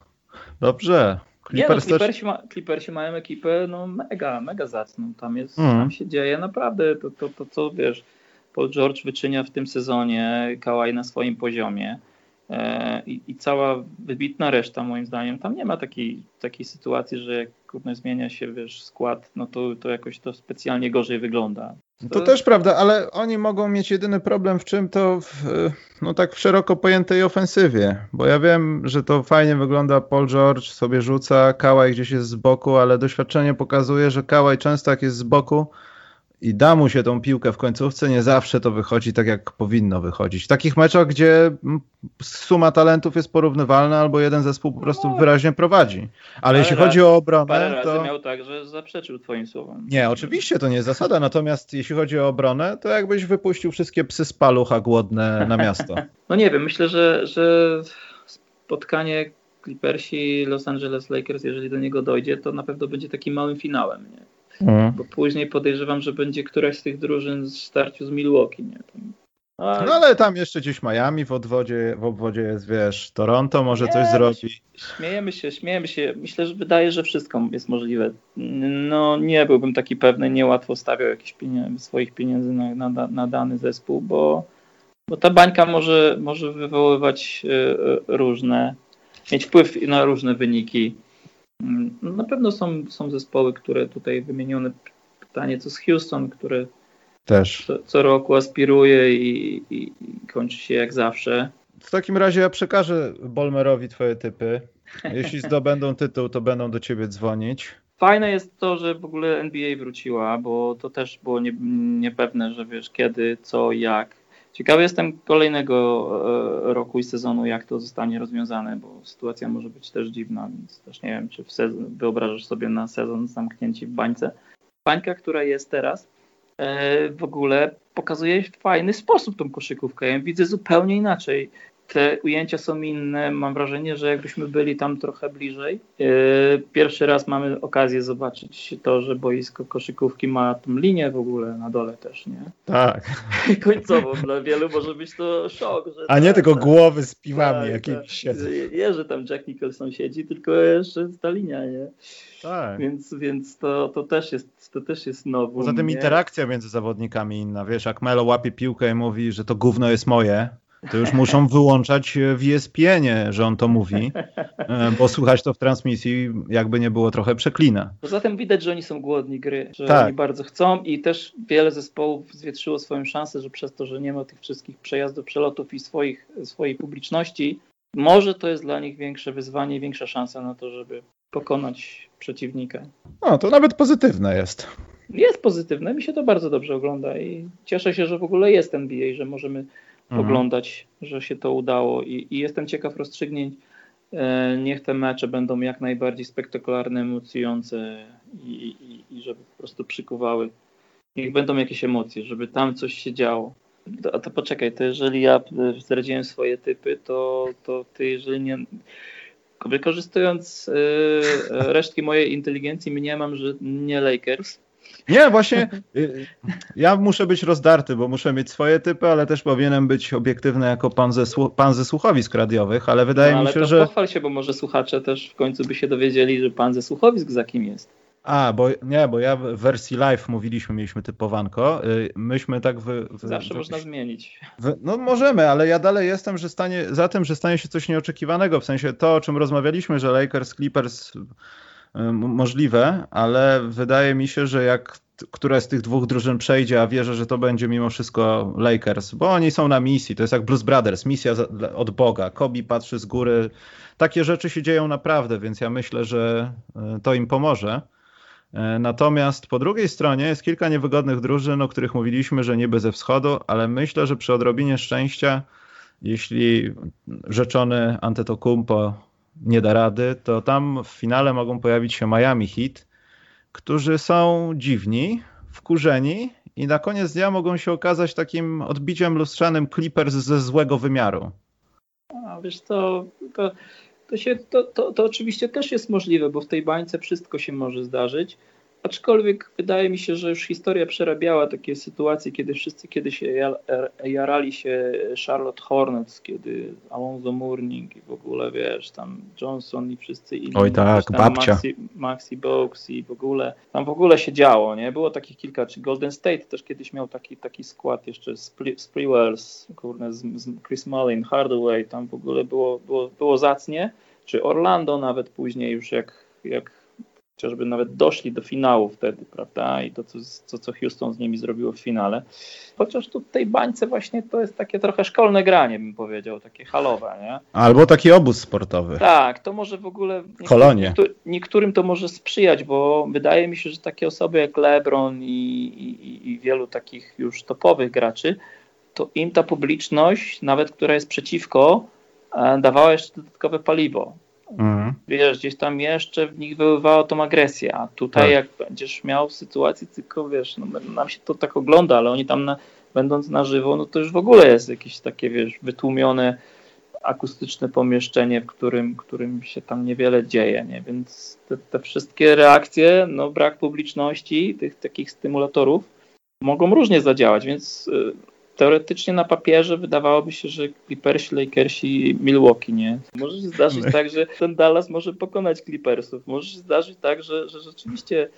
[SPEAKER 2] Clippersi mają ekipę mega zacną. Tam się dzieje naprawdę to co wiesz, Paul George wyczynia w tym sezonie, Kawhi na swoim poziomie i cała wybitna reszta moim zdaniem. Tam nie ma takiej sytuacji, że jak zmienia się wiesz, skład, no to jakoś to specjalnie gorzej wygląda.
[SPEAKER 1] To też prawda, ale oni mogą mieć jedyny problem w czym to tak w szeroko pojętej ofensywie, bo ja wiem, że to fajnie wygląda, Paul George sobie rzuca, Kawhi gdzieś jest z boku, ale doświadczenie pokazuje, że Kawhi często jak jest z boku i da mu się tą piłkę w końcówce, nie zawsze to wychodzi tak, jak powinno wychodzić. W takich meczach, gdzie suma talentów jest porównywalna, albo jeden zespół po prostu wyraźnie prowadzi. Ale jeśli chodzi o obronę,
[SPEAKER 2] parę razy miał tak, że zaprzeczył twoim słowom.
[SPEAKER 1] Nie, oczywiście to nie jest zasada, natomiast jeśli chodzi o obronę, to jakbyś wypuścił wszystkie psy z palucha głodne na miasto.
[SPEAKER 2] No nie wiem, myślę, że spotkanie Clippersi Los Angeles Lakers, jeżeli do niego dojdzie, to na pewno będzie takim małym finałem, nie? Bo później podejrzewam, że będzie któraś z tych drużyn w starciu z Milwaukee, nie?
[SPEAKER 1] No ale tam jeszcze gdzieś Miami w obwodzie jest, wiesz, Toronto może coś zrobi.
[SPEAKER 2] Śmiejemy się. Myślę, że wydaje, że wszystko jest możliwe. No nie byłbym taki pewny, niełatwo stawiał jakieś swoich pieniędzy na dany zespół, bo ta bańka może wywoływać mieć wpływ na różne wyniki. Na pewno są zespoły, które tutaj wymienione, pytanie co z Houston, które też co roku aspiruje i kończy się jak zawsze.
[SPEAKER 1] W takim razie ja przekażę Bolmerowi twoje typy. Jeśli zdobędą tytuł, to będą do ciebie dzwonić.
[SPEAKER 2] Fajne jest to, że w ogóle NBA wróciła, bo to też było niepewne, że wiesz kiedy, co, jak. Ciekawy jestem kolejnego roku i sezonu, jak to zostanie rozwiązane, bo sytuacja może być też dziwna, więc też nie wiem, czy wyobrażasz sobie na sezon zamknięci w bańce. Bańka, która jest teraz, w ogóle pokazuje w fajny sposób tą koszykówkę. Ja ją widzę zupełnie inaczej. Te ujęcia są inne. Mam wrażenie, że jakbyśmy byli tam trochę bliżej. Pierwszy raz mamy okazję zobaczyć to, że boisko koszykówki ma tą linię w ogóle na dole też, nie?
[SPEAKER 1] Tak.
[SPEAKER 2] Końcowo dla wielu może być to szok. Że
[SPEAKER 1] a nie tylko głowy z piwami jakimiś siedzą.
[SPEAKER 2] Nie, że tam Jack Nicholson siedzi, tylko jeszcze ta linia, nie?
[SPEAKER 1] Tak.
[SPEAKER 2] Więc to też jest nowo.
[SPEAKER 1] Poza tym interakcja między zawodnikami inna. Wiesz, jak Melo łapie piłkę i mówi, że to gówno jest moje, to już muszą wyłączać w ESPN-ie, że on to mówi, bo słychać to w transmisji, jakby nie było, trochę przeklina.
[SPEAKER 2] Poza tym widać, że oni są głodni gry, że oni bardzo chcą i też wiele zespołów zwietrzyło swoją szansę, że przez to, że nie ma tych wszystkich przejazdów, przelotów i swojej publiczności, może to jest dla nich większe wyzwanie, większa szansa na to, żeby pokonać przeciwnika.
[SPEAKER 1] No, to nawet pozytywne jest.
[SPEAKER 2] Jest pozytywne, mi się to bardzo dobrze ogląda i cieszę się, że w ogóle jest NBA, że możemy oglądać, że się to udało i jestem ciekaw rozstrzygnięć. Niech te mecze będą jak najbardziej spektakularne, emocjonujące i żeby po prostu przykuwały. Niech będą jakieś emocje, żeby tam coś się działo. To poczekaj, to jeżeli ja zdradziłem swoje typy, to ty jeżeli nie... Wykorzystując resztki mojej inteligencji mniemam, że nie Lakers.
[SPEAKER 1] Nie, właśnie ja muszę być rozdarty, bo muszę mieć swoje typy, ale też powinienem być obiektywny jako pan ze słuchowisk radiowych, ale wydaje mi się, że...
[SPEAKER 2] pochwal się, bo może słuchacze też w końcu by się dowiedzieli, że pan ze słuchowisk za kim jest.
[SPEAKER 1] Bo ja w wersji live mieliśmy typowanko. Myśmy tak
[SPEAKER 2] zawsze można zmienić.
[SPEAKER 1] No możemy, ale ja dalej jestem za tym, że stanie się coś nieoczekiwanego. W sensie to, o czym rozmawialiśmy, że Lakers, Clippers możliwe, ale wydaje mi się, że jak która z tych dwóch drużyn przejdzie, a wierzę, że to będzie mimo wszystko Lakers, bo oni są na misji, to jest jak Blues Brothers, misja od Boga, Kobe patrzy z góry, takie rzeczy się dzieją naprawdę, więc ja myślę, że to im pomoże. Natomiast po drugiej stronie jest kilka niewygodnych drużyn, o których mówiliśmy, że niby ze wschodu, ale myślę, że przy odrobinie szczęścia, jeśli rzeczony Antetokounmpo nie da rady, to tam w finale mogą pojawić się Miami Heat, którzy są dziwni, wkurzeni i na koniec dnia mogą się okazać takim odbiciem lustrzanym Clippers ze złego wymiaru.
[SPEAKER 2] A wiesz co, to oczywiście też jest możliwe, bo w tej bańce wszystko się może zdarzyć. Aczkolwiek wydaje mi się, że już historia przerabiała takie sytuacje, kiedy wszyscy kiedyś jarali się Charlotte Hornets, kiedy Alonzo Mourning i w ogóle, wiesz, tam Johnson i wszyscy inni.
[SPEAKER 1] Oj tak, babcia.
[SPEAKER 2] Maxi Bogues i w ogóle, tam w ogóle się działo, nie? Było takich kilka, czy Golden State też kiedyś miał taki skład jeszcze Sprewells, kurde, z Chris Mullin, Hardaway, tam w ogóle było zacnie, czy Orlando nawet później już jak chociażby nawet doszli do finału wtedy, prawda? I to, co Houston z nimi zrobiło w finale. Chociaż tu w tej bańce właśnie to jest takie trochę szkolne granie, bym powiedział, takie halowe, nie?
[SPEAKER 1] Albo taki obóz sportowy.
[SPEAKER 2] Tak, to może w ogóle niektórym to może sprzyjać, bo wydaje mi się, że takie osoby jak LeBron i wielu takich już topowych graczy, to im ta publiczność, nawet która jest przeciwko, dawała jeszcze dodatkowe paliwo. Wiesz, gdzieś tam jeszcze w nich wyływało tą agresję, a tutaj jak będziesz miał sytuację, tylko wiesz, no, nam się to tak ogląda, ale oni tam będąc na żywo, no to już w ogóle jest jakieś takie, wiesz, wytłumione akustyczne pomieszczenie, w którym się tam niewiele dzieje, nie? Więc te wszystkie reakcje, no brak publiczności, tych takich stymulatorów mogą różnie zadziałać, więc teoretycznie na papierze wydawałoby się, że Clippersi, Lakersi, Milwaukee, nie? Może się zdarzyć tak, że ten Dallas może pokonać Clippersów. Może się zdarzyć tak, że rzeczywiście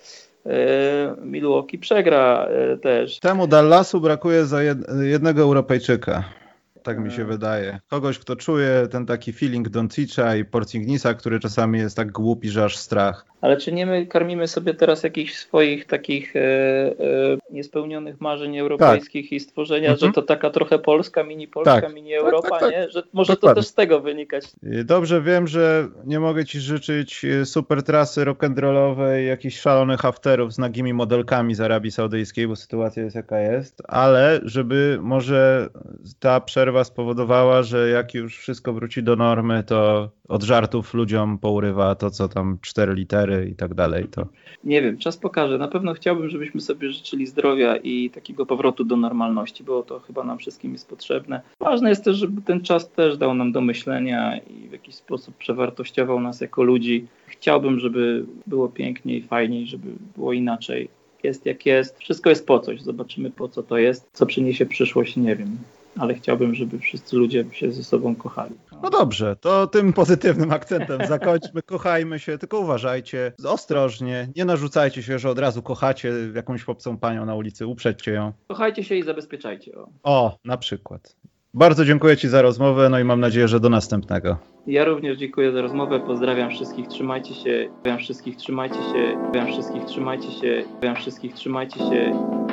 [SPEAKER 2] Milwaukee przegra też.
[SPEAKER 1] Temu Dallasu brakuje za jednego Europejczyka. Tak mi się wydaje. Kogoś, kto czuje ten taki feeling Doncicza i Porzingnisa, który czasami jest tak głupi, że aż strach.
[SPEAKER 2] Ale czy nie my karmimy sobie teraz jakichś swoich takich niespełnionych marzeń europejskich i stworzenia, że to taka trochę Polska, mini Polska, mini Europa, tak. Nie? Że może dokładnie. To też z tego wynikać.
[SPEAKER 1] Dobrze wiem, że nie mogę ci życzyć super trasy rock'n'rollowej, jakichś szalonych afterów z nagimi modelkami z Arabii Saudyjskiej, bo sytuacja jest jaka jest, ale żeby może ta przerwa spowodowała, że jak już wszystko wróci do normy, to od żartów ludziom pourywa to, co tam 4 litery i tak dalej. To
[SPEAKER 2] nie wiem, czas pokaże. Na pewno chciałbym, żebyśmy sobie życzyli zdrowia i takiego powrotu do normalności, bo to chyba nam wszystkim jest potrzebne. Ważne jest też, żeby ten czas też dał nam do myślenia i w jakiś sposób przewartościował nas jako ludzi. Chciałbym, żeby było piękniej, fajniej, żeby było inaczej. Jest jak jest. Wszystko jest po coś. Zobaczymy, po co to jest. Co przyniesie przyszłość, nie wiem. Ale chciałbym, żeby wszyscy ludzie się ze sobą kochali.
[SPEAKER 1] No dobrze, to tym pozytywnym akcentem zakończmy. Kochajmy się, tylko uważajcie, ostrożnie, nie narzucajcie się, że od razu kochacie jakąś obcą panią na ulicy, uprzedźcie ją.
[SPEAKER 2] Kochajcie się i zabezpieczajcie.
[SPEAKER 1] O, na przykład. Bardzo dziękuję ci za rozmowę, no i mam nadzieję, że do następnego.
[SPEAKER 2] Ja również dziękuję za rozmowę, pozdrawiam wszystkich, trzymajcie się, trzymajcie się, trzymajcie się.